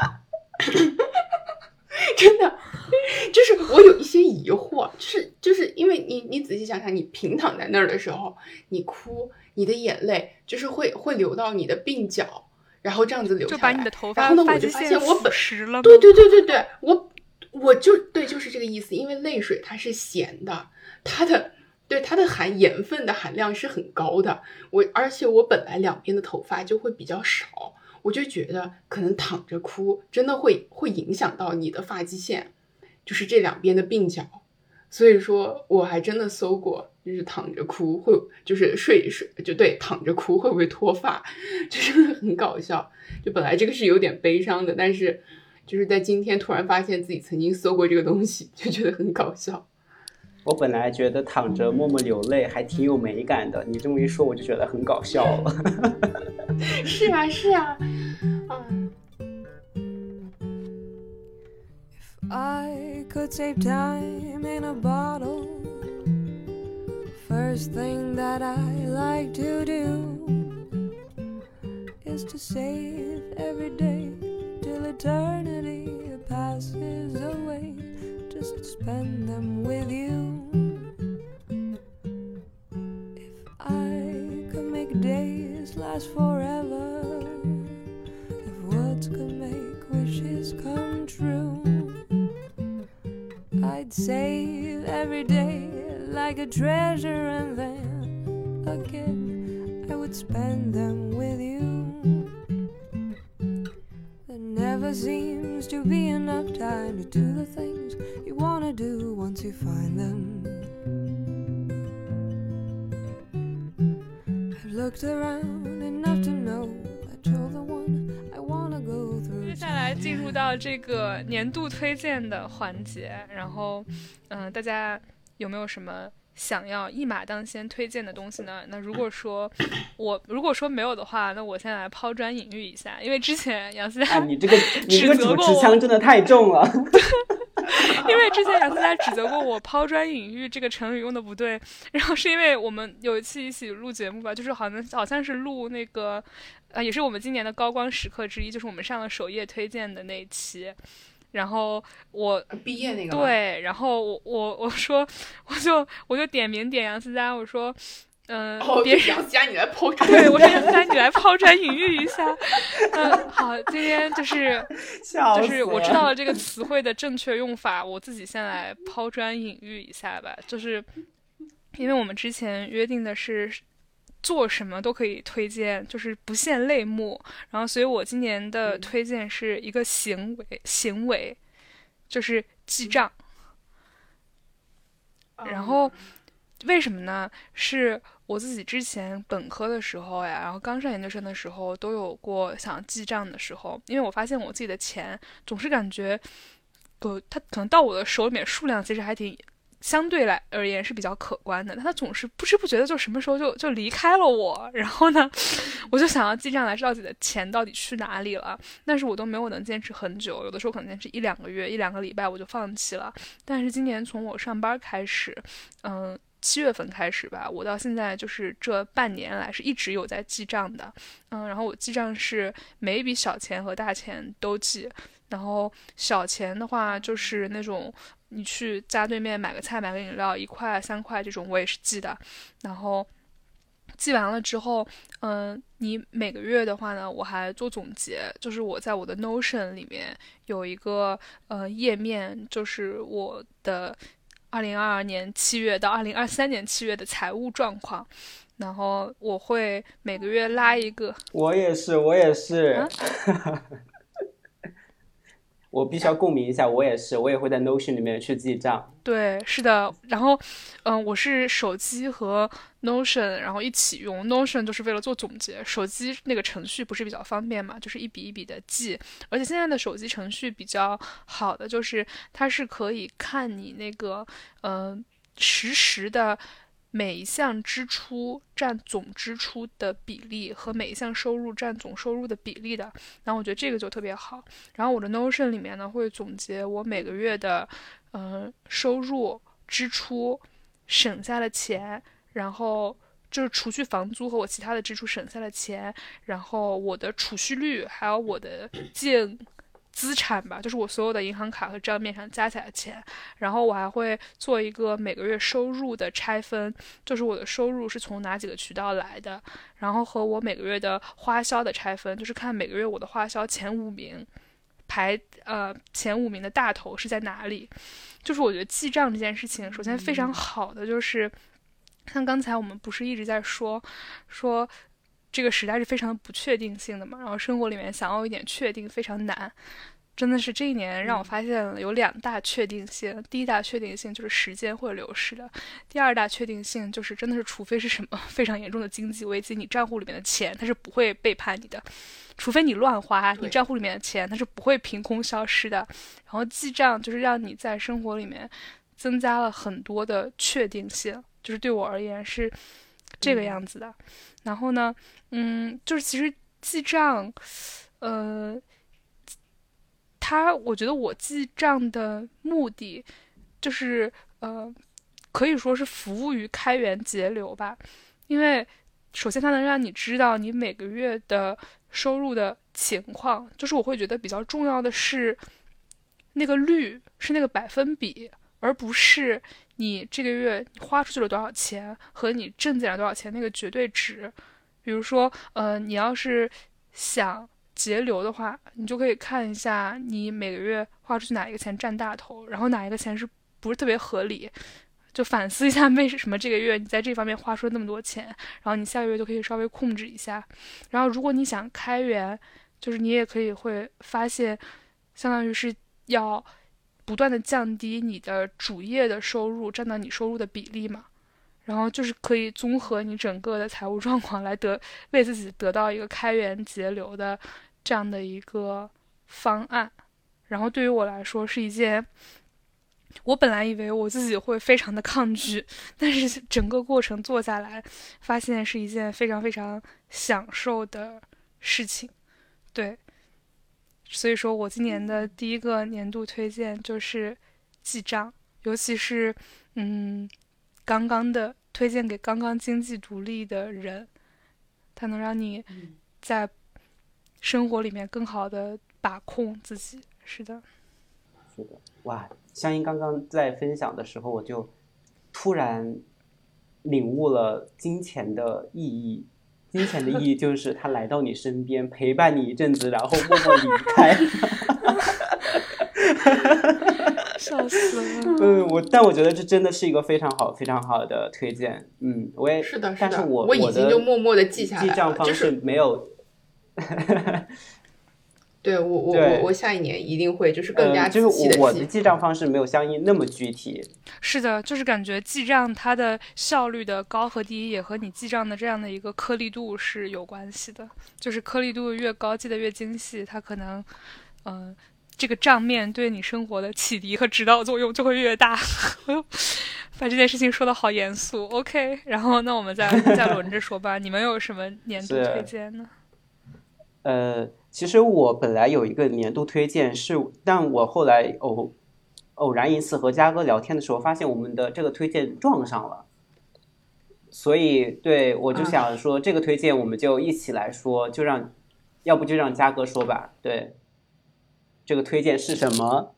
真的就是我有一些疑惑，就是因为你仔细想想，你平躺在那儿的时候，你哭，你的眼泪就是会流到你的鬓角。然后这样子流下来， 就把你的头发然后呢，我就发现我腐蚀了。 对，我就是这个意思。因为泪水它是咸的，它的盐分的含量是很高的。而且我本来两边的头发就会比较少，我就觉得可能躺着哭真的会影响到你的发际线，就是这两边的鬓角。所以说我还真的搜过，就是躺着哭会，就是躺着哭会不会脱发，就是很搞笑。就本来这个是有点悲伤的，但是就是在今天突然发现自己曾经搜过这个东西，就觉得很搞笑。 我本来觉得躺着默默流泪还挺有美感的，你这么一说我就觉得很搞笑了。 是啊， I could save time in a bottle. First thing that I like to do is to save every day till eternity passes away, just to spend them with you. If I could make days last forever, if words could make wishes come true,I'd save every day like a treasure, and then again I would spend them with you. There never seems to be enough time to do the things you want to do once you find them. I've looked around enough to know that you're the one I want to go through. 接下来进入到这个年度推荐的环节，然后大家有没有什么想要一马当先推荐的东西呢？那如果说没有的话，那我先来抛砖引玉一下，因为之前杨思佳你这个主持腔真的太重了。 因为之前杨思佳指责过我抛砖引玉这个成语用的不对，然后是因为我们有一次一起录节目吧，就是好像是录那个也是我们今年的高光时刻之一，就是我们上了首页推荐的那一期，然后我毕业那个对，然后我说我就点名点杨思佳，我说别杨思佳你来抛砖， 对，我说杨思佳你来抛砖引玉一下。好，今天就是我知道了这个词汇的正确用法，我自己先来抛砖引玉一下吧。就是因为我们之前约定的是做什么都可以推荐，就是不限类目，然后所以我今年的推荐是一个行为就是记账。然后为什么呢？是我自己之前本科的时候呀，然后刚上研究生的时候都有过想记账的时候，因为我发现我自己的钱总是感觉它可能到我的手里面数量其实还挺相对来而言是比较可观的，但它总是不知不觉的就什么时候就离开了我，然后呢我就想要记账来知道自己的钱到底去哪里了，但是我都没有能坚持很久，有的时候可能坚持1-2个月1-2个礼拜我就放弃了。但是今年从我上班开始7月份开始吧，我到现在就是这半年来是一直有在记账的。然后我记账是每一笔小钱和大钱都记，然后小钱的话就是那种你去家对面买个菜买个饮料1块3块这种我也是记的。然后记完了之后你每个月的话呢我还做总结，就是我在我的 Notion 里面有一个页面，就是我的2022年7月到2023年7月的财务状况。 然后我会每个月拉一个。 我也是， 啊我必须要共鸣一下，我也会在 Notion 里面去记账。 对，是的。然后，我是手机和 Notion 然后一起用。Notion 就是为了做总结，手机那个程序不是比较方便嘛，就是一笔一笔的记。而且现在的手机程序比较好的就是它是可以看你那个实时的每一项支出占总支出的比例和每一项收入占总收入的比例的，然后我觉得这个就特别好。然后我的 Notion 里面呢会总结我每个月的收入、支出、省下的钱，然后就是除去房租和我其他的支出省下的钱，然后我的储蓄率，还有我的净资产吧，就是我所有的银行卡和账面上加起来的钱。然后我还会做一个每个月收入的拆分，就是我的收入是从哪几个渠道来的，然后和我每个月的花销的拆分，就是看每个月我的花销前5名前5名的大头是在哪里。就是我觉得记账这件事情，首先非常好的就是像刚才我们不是一直在说这个时代是非常不确定性的嘛，然后生活里面想要一点确定非常难。真的是这一年让我发现了有2大确定性。第一大确定性就是时间会流逝的，第二大确定性就是真的是除非是什么非常严重的经济危机，你账户里面的钱它是不会背叛你的，除非你乱花，你账户里面的钱它是不会凭空消失的。然后记账就是让你在生活里面增加了很多的确定性，就是对我而言是这个样子的。然后呢就是其实记账我觉得我记账的目的就是可以说是服务于开源节流吧。因为首先它能让你知道你每个月的收入的情况，就是我会觉得比较重要的是那个率，是那个百分比，而不是你这个月你花出去了多少钱和你挣进来多少钱那个绝对值。比如说你要是想节流的话，你就可以看一下你每个月花出去哪一个钱占大头，然后哪一个钱是不是特别合理，就反思一下为什么这个月你在这方面花出了那么多钱，然后你下个月就可以稍微控制一下。然后如果你想开源，就是你也可以会发现相当于是要不断的降低你的主业的收入占到你收入的比例嘛，然后就是可以综合你整个的财务状况来为自己得到一个开源节流的这样的一个方案。然后对于我来说是一件，我本来以为我自己会非常的抗拒，但是整个过程做下来发现是一件非常非常享受的事情。对，所以说我今年的第一个年度推荐就是记账，尤其是刚刚的推荐给刚刚经济独立的人，它能让你在生活里面更好的把控自己。是的， 是的，哇！香音刚刚在分享的时候，我就突然领悟了金钱的意义。金钱的意义就是它来到你身边，陪伴你一阵子，然后默默离开。 笑死了。 但我觉得这真的是一个非常好、非常好的推荐。我也是的， 但是我已经就默默的记下来了。 记账方式没有。 对我下一年一定会就是更加仔细的记。 就是我的记账方式没有相应那么具体。 是的，就是感觉记账它的效率的高和低也和你记账的这样的一个颗粒度是有关系的。就是颗粒度越高，记得越精细，它可能这个账面对你生活的启迪和指导作用就会越大。把这件事情说得好严肃。 OK， 然后那我们再轮着说吧。你们有什么年度推荐呢？ 其实我本来有一个年度推荐但我后来偶然一次和嘉哥聊天的时候，发现我们的这个推荐撞上了，所以对我就想说这个推荐我们就一起来说，要不就让嘉哥说吧。对，这个推荐是什么？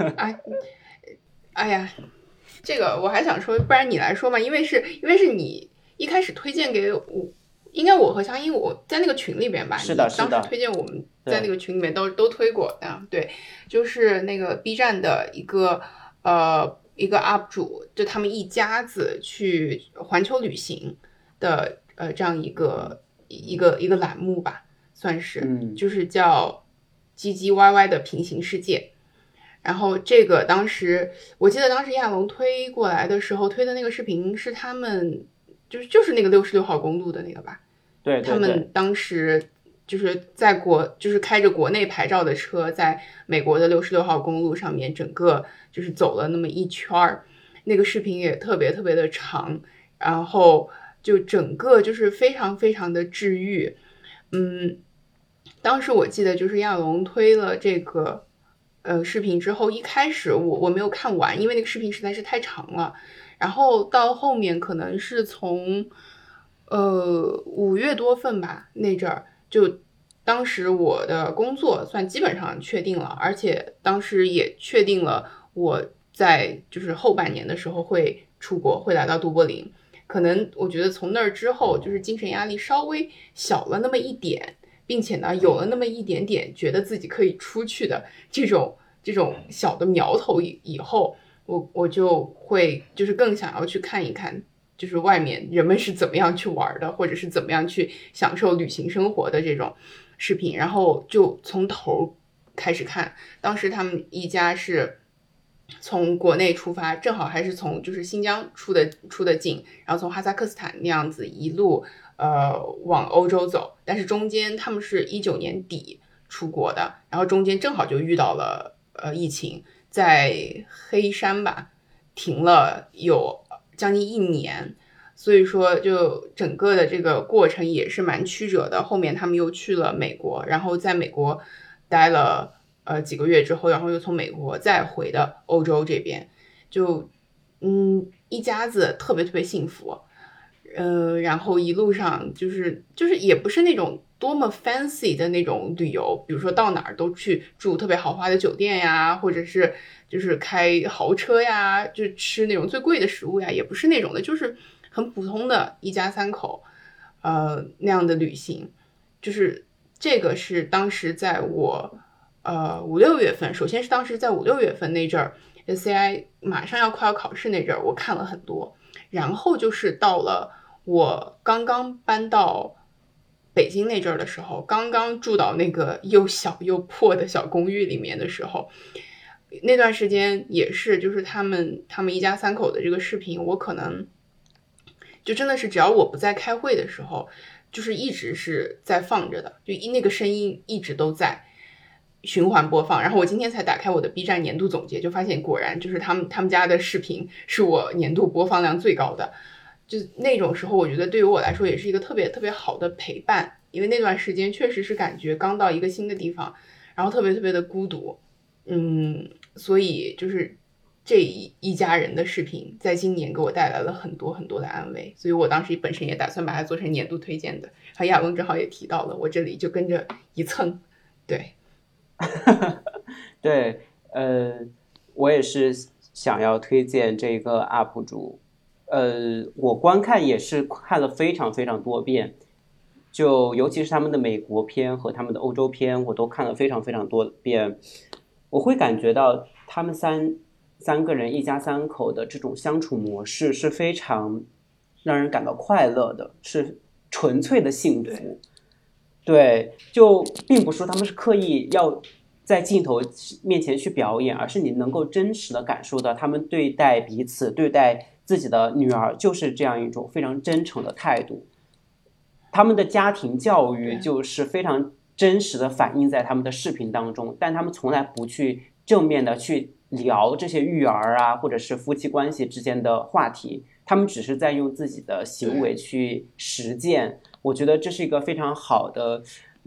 哎呀，这个我还想说，不然你来说嘛，因为是你一开始推荐给我。应该我和香音我在那个群里边吧， 是的， 当时推荐我们在那个群里面都推过啊。对，就是那个 B 站的一个 UP 主，就他们一家子去环球旅行的这样一个栏目吧，算是，就是叫唧唧歪歪的平行世界。然后这个当时我记得当时亚龙推过来的时候，推的那个视频是他们就是那个66号公路的那个吧？ 对， 他们当时就是就是开着国内牌照的车，在美国的66号公路上面，整个就是走了那么一圈儿。那个视频也特别特别的长，然后就整个就是非常非常的治愈。当时我记得就是亚龙推了这个视频之后，一开始我没有看完，因为那个视频实在是太长了。然后到后面可能是从5月多份吧，那阵儿就当时我的工作算基本上确定了，而且当时也确定了我在就是后半年的时候会出国，会来到都柏林。可能我觉得从那儿之后，就是精神压力稍微小了那么一点，并且呢有了那么一点点觉得自己可以出去的这种小的苗头以后，我就会就是更想要去看一看，就是外面人们是怎么样去玩的，或者是怎么样去享受旅行生活的这种视频，然后就从头开始看。当时他们一家是从国内出发，正好还是从就是新疆出的境，然后从哈萨克斯坦那样子一路往欧洲走，但是中间他们是19年底出国的，然后中间正好就遇到了疫情，在黑山吧停了有将近1年，所以说就整个的这个过程也是蛮曲折的。后面他们又去了美国，然后在美国待了几个月之后，然后又从美国再回的欧洲这边，就一家子特别特别幸福。然后一路上就是也不是那种多么 fancy 的那种旅游，比如说到哪儿都去住特别豪华的酒店呀，或者是就是开豪车呀，就吃那种最贵的食物呀，也不是那种的，就是很普通的一家3口那样的旅行。就是这个是当时在我5、6月份，首先是当时在5、6月份那阵儿 CI 马上快要考试那阵儿，我看了很多。然后就是到了我刚刚搬到北京那阵儿的时候，刚刚住到那个又小又破的小公寓里面的时候，那段时间也是就是他们一家3口的这个视频，我可能就真的是只要我不在开会的时候，就是一直是在放着的，就那个声音一直都在循环播放。然后我今天才打开我的 B 站年度总结，就发现果然就是他们家的视频是我年度播放量最高的。就那种时候我觉得对于我来说也是一个特别特别好的陪伴，因为那段时间确实是感觉刚到一个新的地方，然后特别特别的孤独。所以就是这一家人的视频在今年给我带来了很多很多的安慰，所以我当时本身也打算把它做成年度推荐的。和亚龙正好也提到了，我这里就跟着一蹭。对对，我也是想要推荐这个 UP 主，我观看也是看了非常非常多遍，就尤其是他们的美国篇和他们的欧洲篇，我都看了非常非常多遍。我会感觉到他们三个人一家3口的这种相处模式是非常让人感到快乐的，是纯粹的幸福。对，就并不是说他们是刻意要在镜头面前去表演，而是你能够真实的感受到他们对待彼此，对待自己的女儿就是这样一种非常真诚的态度。他们的家庭教育就是非常真实的反映在他们的视频当中，但他们从来不去正面的去聊这些育儿啊，或者是夫妻关系之间的话题，他们只是在用自己的行为去实践。我觉得这是一个非常好的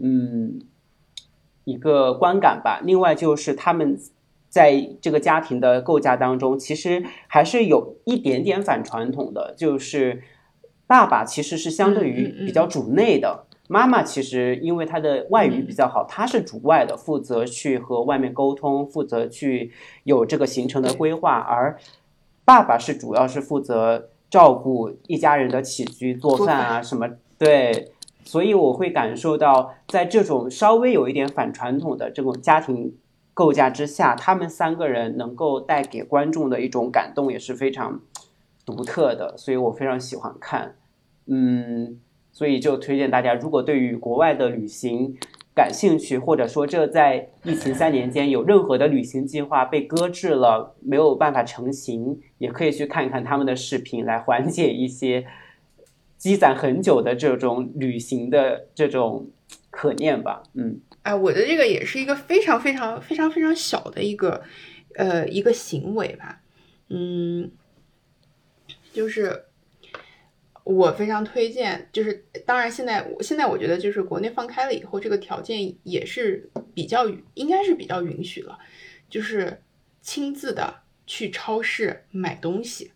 一个观感吧。另外就是他们在这个家庭的构架当中，其实还是有一点点反传统的，就是爸爸其实是相对于比较主内的，妈妈其实因为她的外语比较好，她是主外的，负责去和外面沟通，负责去有这个行程的规划，而爸爸是主要是负责照顾一家人的起居，做饭啊什么。对，所以我会感受到在这种稍微有一点反传统的这种家庭构架之下，他们3个人能够带给观众的一种感动也是非常独特的，所以我非常喜欢看。 所以就推荐大家，如果对于国外的旅行感兴趣，或者说这在疫情3年间有任何的旅行计划被搁置了，没有办法成型，也可以去看看他们的视频，来缓解一些积攒很久的这种旅行的这种可念吧。 我的这个也是一个非常非常非常非常小的一个行为吧。就是我非常推荐，就是当然现在我觉得就是国内放开了以后，这个条件也是应该是比较允许了，就是亲自的去超市买东西。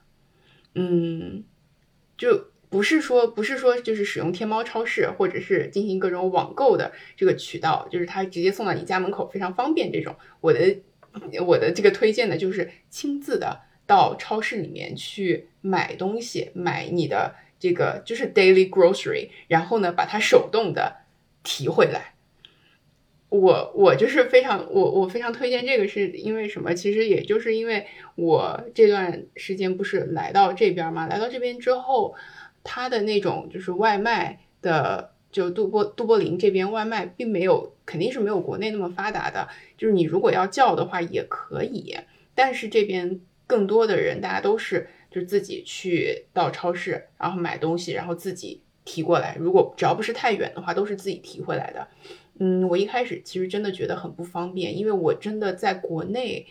就不是说就是使用天猫超市或者是进行各种网购的这个渠道，就是它直接送到你家门口非常方便这种。我的这个推荐呢，就是亲自的到超市里面去买东西，买你的这个就是 daily grocery， 然后呢把它手动的提回来。我就是我非常推荐这个，是因为什么？其实也就是因为我这段时间不是来到这边嘛，来到这边之后，它的那种就是外卖的，就杜柏林这边外卖肯定是没有国内那么发达的，就是你如果要叫的话也可以，但是这边更多的人大家都是就是自己去到超市，然后买东西，然后自己提过来，如果只要不是太远的话，都是自己提回来的。我一开始其实真的觉得很不方便，因为我真的在国内，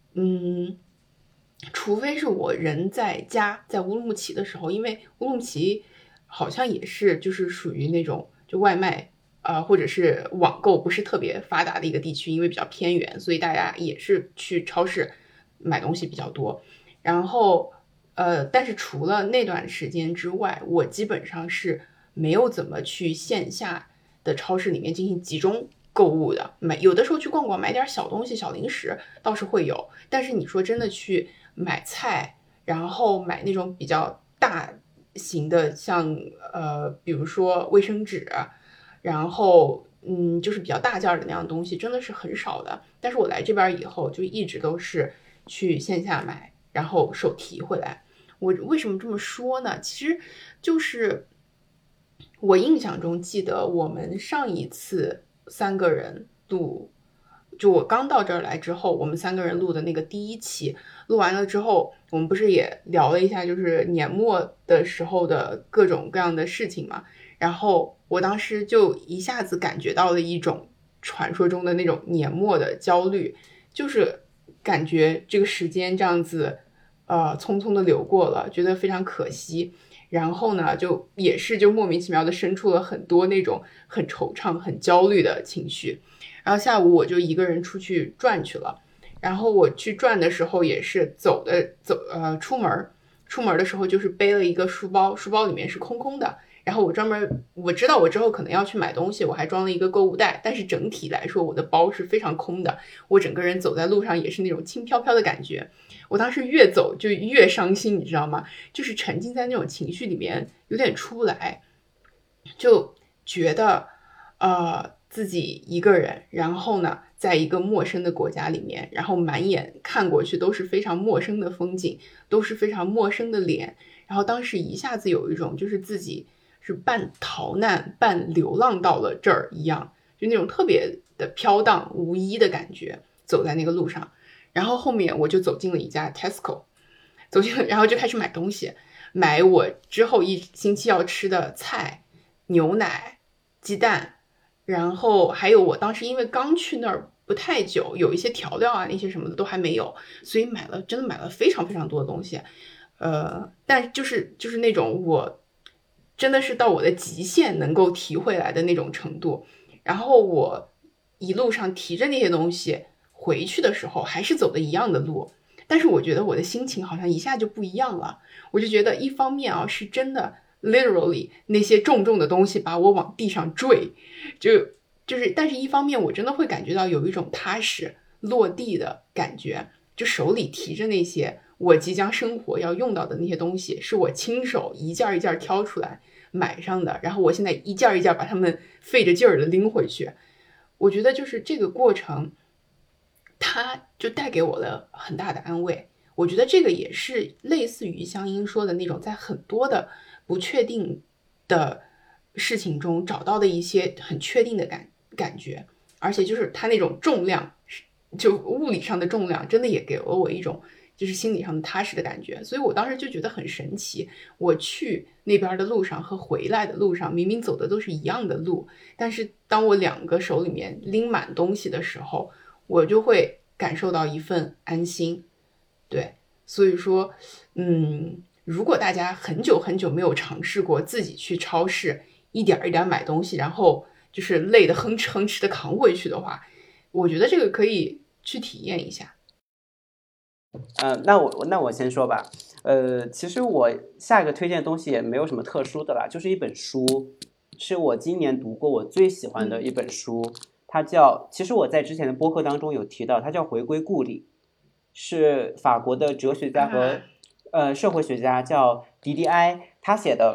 除非是我人在家，在乌鲁木齐的时候，因为乌鲁木齐好像也是就是属于那种就外卖或者是网购不是特别发达的一个地区，因为比较偏远，所以大家也是去超市买东西比较多。然后但是除了那段时间之外，我基本上是没有怎么去线下的超市里面进行集中购物的。有的时候去逛逛，买点小东西小零食倒是会有，但是你说真的去买菜，然后买那种比较大型的像比如说卫生纸，然后就是比较大件的那样东西真的是很少的。但是我来这边以后就一直都是去线下买，然后手提回来。我为什么这么说呢？其实就是我印象中记得我们上一次3个人录，就我刚到这儿来之后，我们3个人录的那个第1期录完了之后，我们不是也聊了一下就是年末的时候的各种各样的事情嘛，然后我当时就一下子感觉到了一种传说中的那种年末的焦虑，就是感觉这个时间这样子匆匆的流过了，觉得非常可惜。然后呢也是就莫名其妙的生出了很多那种很惆怅很焦虑的情绪。然后下午我就一个人出去转去了，然后我去转的时候也是出门的时候就是背了一个书包里面是空空的，然后我知道我之后可能要去买东西，我还装了一个购物袋，但是整体来说我的包是非常空的，我整个人走在路上也是那种轻飘飘的感觉。我当时越走就越伤心，你知道吗？就是沉浸在那种情绪里面有点出不来，就觉得自己一个人，然后呢在一个陌生的国家里面，然后满眼看过去都是非常陌生的风景，都是非常陌生的脸，然后当时一下子有一种就是自己是半逃难半流浪到了这儿一样，就那种特别的飘荡无依的感觉，走在那个路上。然后后面我就走进了一家 Tesco， 然后就开始买东西，买我之后1星期要吃的菜、牛奶、鸡蛋，然后还有我当时因为刚去那儿不太久，有一些调料啊那些什么的都还没有，所以真的买了非常非常多的东西。但就是那种我真的是到我的极限能够提回来的那种程度。然后我一路上提着那些东西回去的时候还是走的一样的路，但是我觉得我的心情好像一下就不一样了。我就觉得一方面是真的 literally 那些重重的东西把我往地上坠，就是但是一方面我真的会感觉到有一种踏实落地的感觉，就手里提着那些我即将生活要用到的那些东西，是我亲手一件一件挑出来买上的，然后我现在一件一件把它们费着劲儿的拎回去。我觉得就是这个过程它就带给我了很大的安慰。我觉得这个也是类似于香音说的那种在很多的不确定的事情中找到的一些很确定的感觉，而且就是它那种重量，就物理上的重量，真的也给了我一种就是心理上的踏实的感觉。所以我当时就觉得很神奇，我去那边的路上和回来的路上明明走的都是一样的路，但是当我2个手里面拎满东西的时候，我就会感受到一份安心。对，所以说如果大家很久很久没有尝试过自己去超市一点一点买东西，然后就是累得哼哧哼哧的扛回去的话，我觉得这个可以去体验一下。 那我先说吧。其实我下一个推荐的东西也没有什么特殊的啦，就是一本书，是我今年读过我最喜欢的一本书，它叫，其实我在之前的播客当中有提到，它叫《回归故里》，是法国的哲学家和社会学家叫迪迪埃他写的。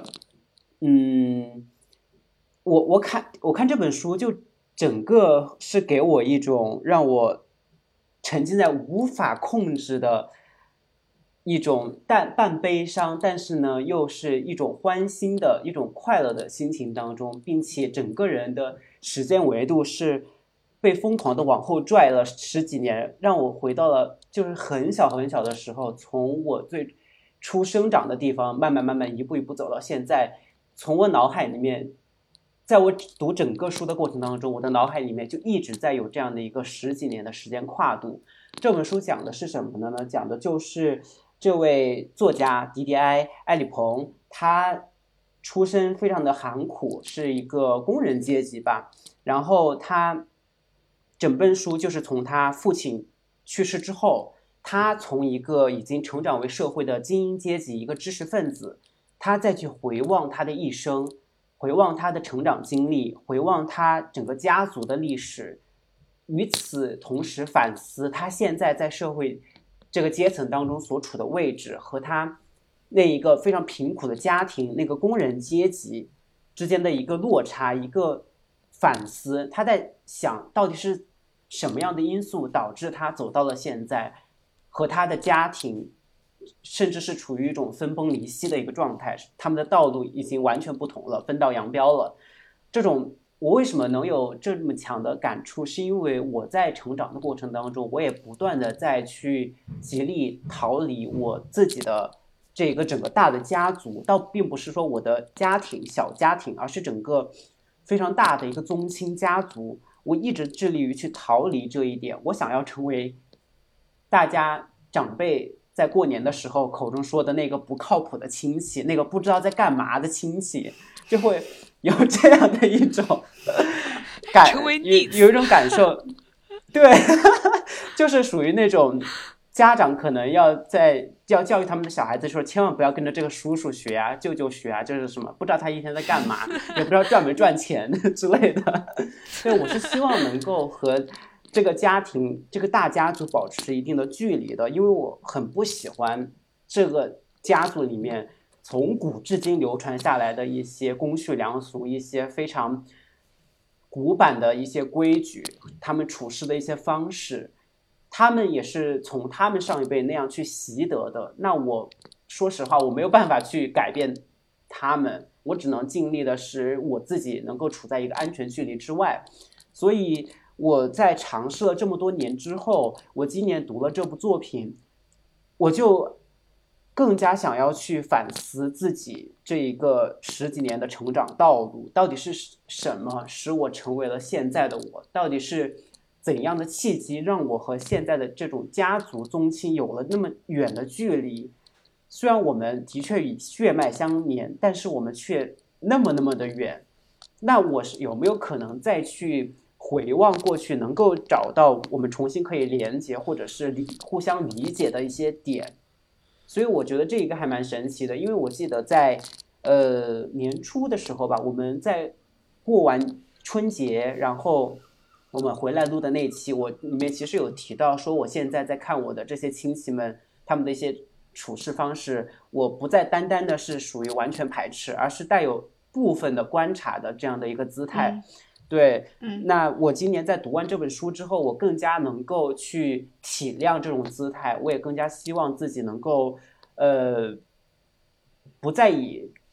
我看这本书，就整个是给我一种让我沉浸在无法控制的一种半悲伤，但是呢又是一种欢欣的一种快乐的心情当中，并且整个人的时间维度是被疯狂的往后拽了10几年，让我回到了就是很小很小的时候，从我最初生长的地方慢慢一步一步走到现在。从我脑海里面，在我读整个书的过程当中，我的脑海里面就一直在有这样的一个10几年的时间跨度。这本书讲的是什么呢？讲的就是这位作家迪迪埃·埃里蓬，他出身非常的寒苦，是一个工人阶级吧。然后他整本书就是从他父亲去世之后，他从一个已经成长为社会的精英阶级，一个知识分子，他再去回望他的一生，回望他的成长经历，回望他整个家族的历史，与此同时反思他现在在社会这个阶层当中所处的位置，和他那一个非常贫苦的家庭，那个工人阶级之间的一个落差，一个反思。他在想到底是什么样的因素导致他走到了现在，和他的家庭甚至是处于一种分崩离析的一个状态，他们的道路已经完全不同了，分道扬镳了。这种我为什么能有这么强的感触，是因为我在成长的过程当中，我也不断的在去极力逃离我自己的这个整个大的家族，倒并不是说我的家庭小家庭，而是整个非常大的一个宗亲家族。我一直致力于去逃离这一点，我想要成为大家长辈在过年的时候口中说的那个不靠谱的亲戚，那个不知道在干嘛的亲戚，就会有这样的一种有一种感受。对，就是属于那种家长可能要教育他们的小孩子说，千万不要跟着这个叔叔学啊，舅舅学啊，这是什么不知道他一天在干嘛，也不知道赚没赚钱之类的。所以我是希望能够和这个家庭这个大家族保持一定的距离的，因为我很不喜欢这个家族里面从古至今流传下来的一些公序良俗，一些非常古板的一些规矩，他们处事的一些方式，他们也是从他们上一辈那样去习得的。那我说实话，我没有办法去改变他们，我只能尽力的使我自己能够处在一个安全距离之外。所以我在尝试了这么多年之后，我今年读了这部作品，我就更加想要去反思自己这一个10几年的成长道路，到底是什么使我成为了现在的我，到底是怎样的契机让我和现在的这种家族宗亲有了那么远的距离。虽然我们的确以血脉相连，但是我们却那么的远。那我是有没有可能再去回望过去，能够找到我们重新可以连接或者是互相理解的一些点。所以我觉得这个还蛮神奇的，因为我记得在年初的时候吧，我们在过完春节，然后我们回来录的那期，我里面其实有提到说，我现在在看我的这些亲戚们他们的一些处事方式，我不再单单的是属于完全排斥，而是带有部分的观察的这样的一个姿态。对，那我今年在读完这本书之后，我更加能够去体谅这种姿态，我也更加希望自己能够不再以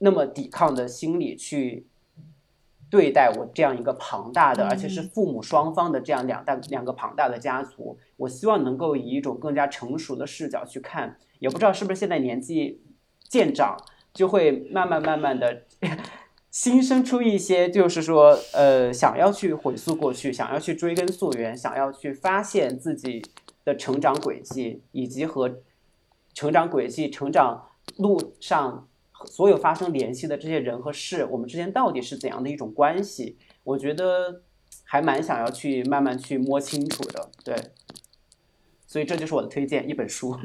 那么抵抗的心理去对待我这样一个庞大的，而且是父母双方的这样两个庞大的家族。我希望能够以一种更加成熟的视角去看，也不知道是不是现在年纪渐长，就会慢慢的新生出一些，就是说想要去回溯过去，想要去追根溯源，想要去发现自己的成长轨迹，以及和成长轨迹、成长路上所有发生联系的这些人和事，我们之间到底是怎样的一种关系？我觉得还蛮想要去慢慢去摸清楚的，对。所以这就是我的推荐，一本书。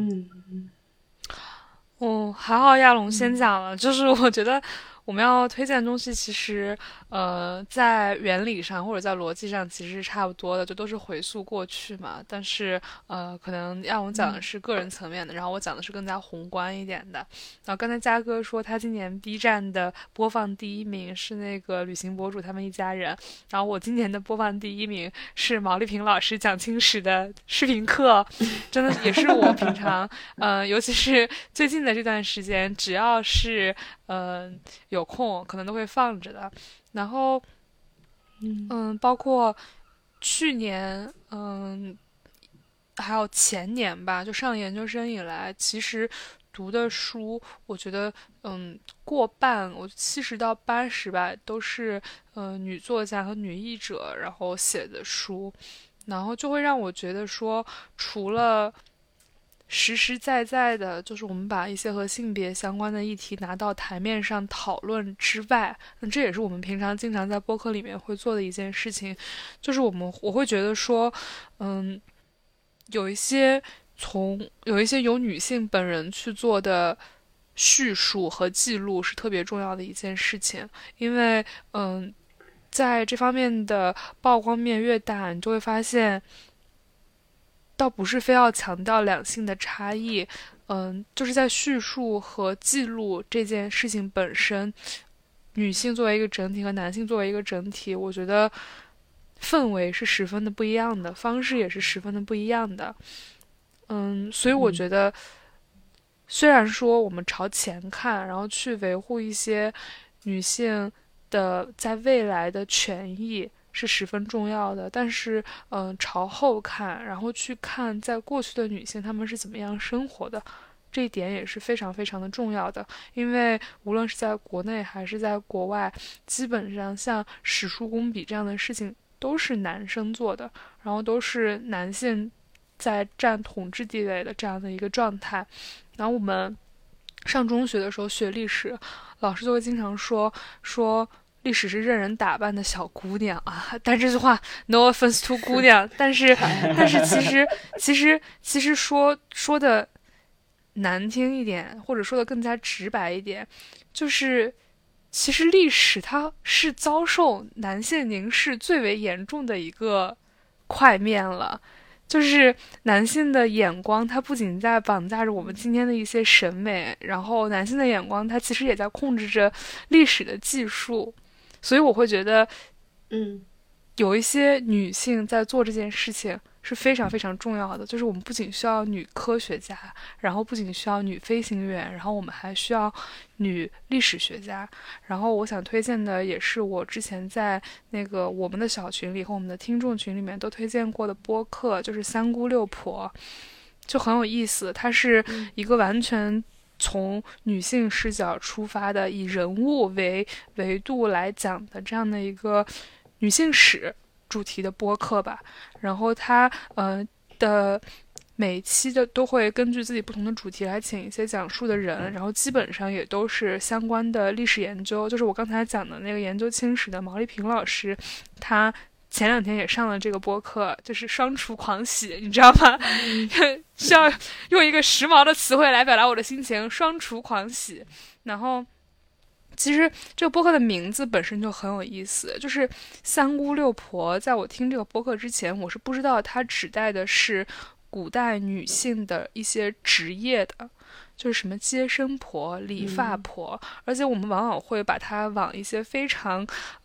还好亚龙先讲了，就是我觉得我们要推荐的东西，其实在原理上或者在逻辑上其实是差不多的，就都是回溯过去嘛。但是可能亚龙讲的是个人层面的，然后我讲的是更加宏观一点的。然后刚才嘉哥说他今年 B 站的播放第1名是那个旅行博主他们一家人，然后我今年的播放第1名是毛丽萍老师讲清史的视频课，真的也是我平常尤其是最近的这段时间，只要是有空可能都会放着的。然后包括去年还有前年吧，就上研究生以来，其实读的书我觉得过半，我70到80吧，都是女作家和女译者然后写的书，然后就会让我觉得说，除了实实在在的，就是我们把一些和性别相关的议题拿到台面上讨论之外，这也是我们平常经常在播客里面会做的一件事情，就是我会觉得说，有一些由女性本人去做的叙述和记录是特别重要的一件事情，因为在这方面的曝光面越大，你就会发现倒不是非要强调两性的差异，就是在叙述和记录这件事情本身，女性作为一个整体和男性作为一个整体，我觉得氛围是十分的不一样的，方式也是十分的不一样的。所以我觉得，虽然说我们朝前看，然后去维护一些女性的在未来的权益是十分重要的，但是朝后看，然后去看在过去的女性她们是怎么样生活的，这一点也是非常非常的重要的。因为无论是在国内还是在国外，基本上像史书工笔这样的事情都是男生做的，然后都是男性在占统治地位的这样的一个状态。然后我们上中学的时候学历史，老师就会经常说历史是任人打扮的小姑娘啊，但这句话 no offense to 姑娘，但是其实说的难听一点，或者说的更加直白一点，就是其实历史它是遭受男性凝视最为严重的一个块面了。就是男性的眼光，它不仅在绑架着我们今天的一些审美，然后男性的眼光，它其实也在控制着历史的技术。所以我会觉得，有一些女性在做这件事情是非常非常重要的。就是我们不仅需要女科学家，然后不仅需要女飞行员，然后我们还需要女历史学家。然后我想推荐的也是我之前在那个我们的小群里和我们的听众群里面都推荐过的播客，就是三姑六婆，就很有意思。它是一个完全从女性视角出发的，以人物为维度来讲的这样的一个女性史主题的播客吧。然后它的每期的都会根据自己不同的主题来请一些讲述的人，然后基本上也都是相关的历史研究。就是我刚才讲的那个研究清史的毛丽萍老师，他前2天也上了这个播客，就是双厨狂喜，你知道吗？需要用一个时髦的词汇来表达我的心情，双厨狂喜。然后其实这个播客的名字本身就很有意思，就是三姑六婆。在我听这个播客之前，我是不知道它指代的是古代女性的一些职业的，就是什么接生婆、理发婆，而且我们往往会把它往一些非常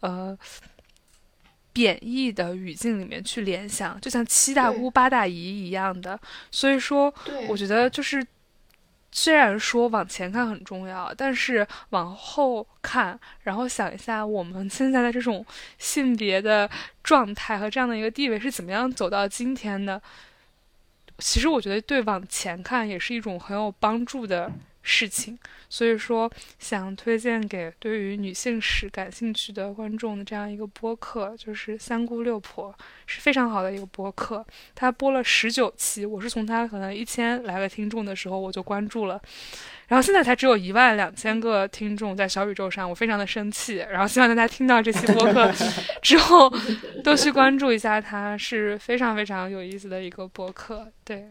贬义的语境里面去联想，就像七大姑八大姨一样的。所以说我觉得就是虽然说往前看很重要，但是往后看，然后想一下我们现在的这种性别的状态和这样的一个地位是怎么样走到今天的，其实我觉得对往前看也是一种很有帮助的事情。所以说想推荐给对于女性史感兴趣的观众的这样一个播客，就是三姑六婆，是非常好的一个播客。他播了19期，我是从他可能1000来个听众的时候我就关注了，然后现在才只有12000个听众在小宇宙上，我非常的生气。然后希望大家听到这期播客之后都去关注一下他，是非常非常有意思的一个播客。对，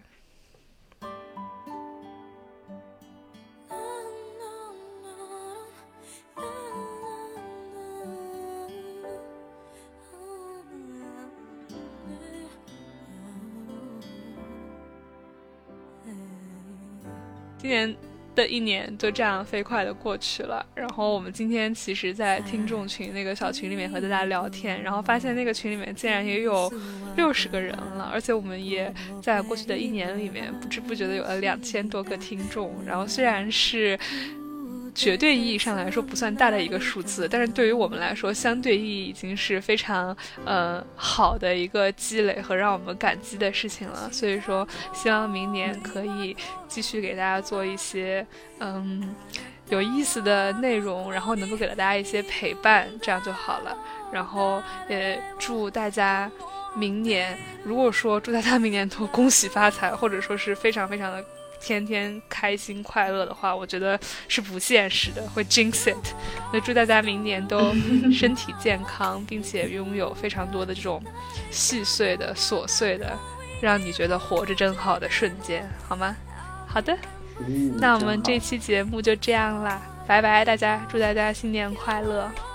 今年的一年就这样飞快的过去了，然后我们今天其实在听众群那个小群里面和大家聊天，然后发现那个群里面竟然也有60个人了，而且我们也在过去的一年里面不知不觉的有了2000多个听众。然后虽然是绝对意义上来说不算大的一个数字，但是对于我们来说相对意义已经是非常好的一个积累和让我们感激的事情了。所以说希望明年可以继续给大家做一些有意思的内容，然后能够给到大家一些陪伴，这样就好了。然后也祝大家明年，如果说祝大家明年都恭喜发财，或者说是非常非常的天天开心快乐的话，我觉得是不现实的，会 jinx it。 那祝大家明年都身体健康，并且拥有非常多的这种细碎的琐碎的让你觉得活着真好的瞬间，好吗？好的，那我们这期节目就这样啦，拜拜大家，祝大家新年快乐。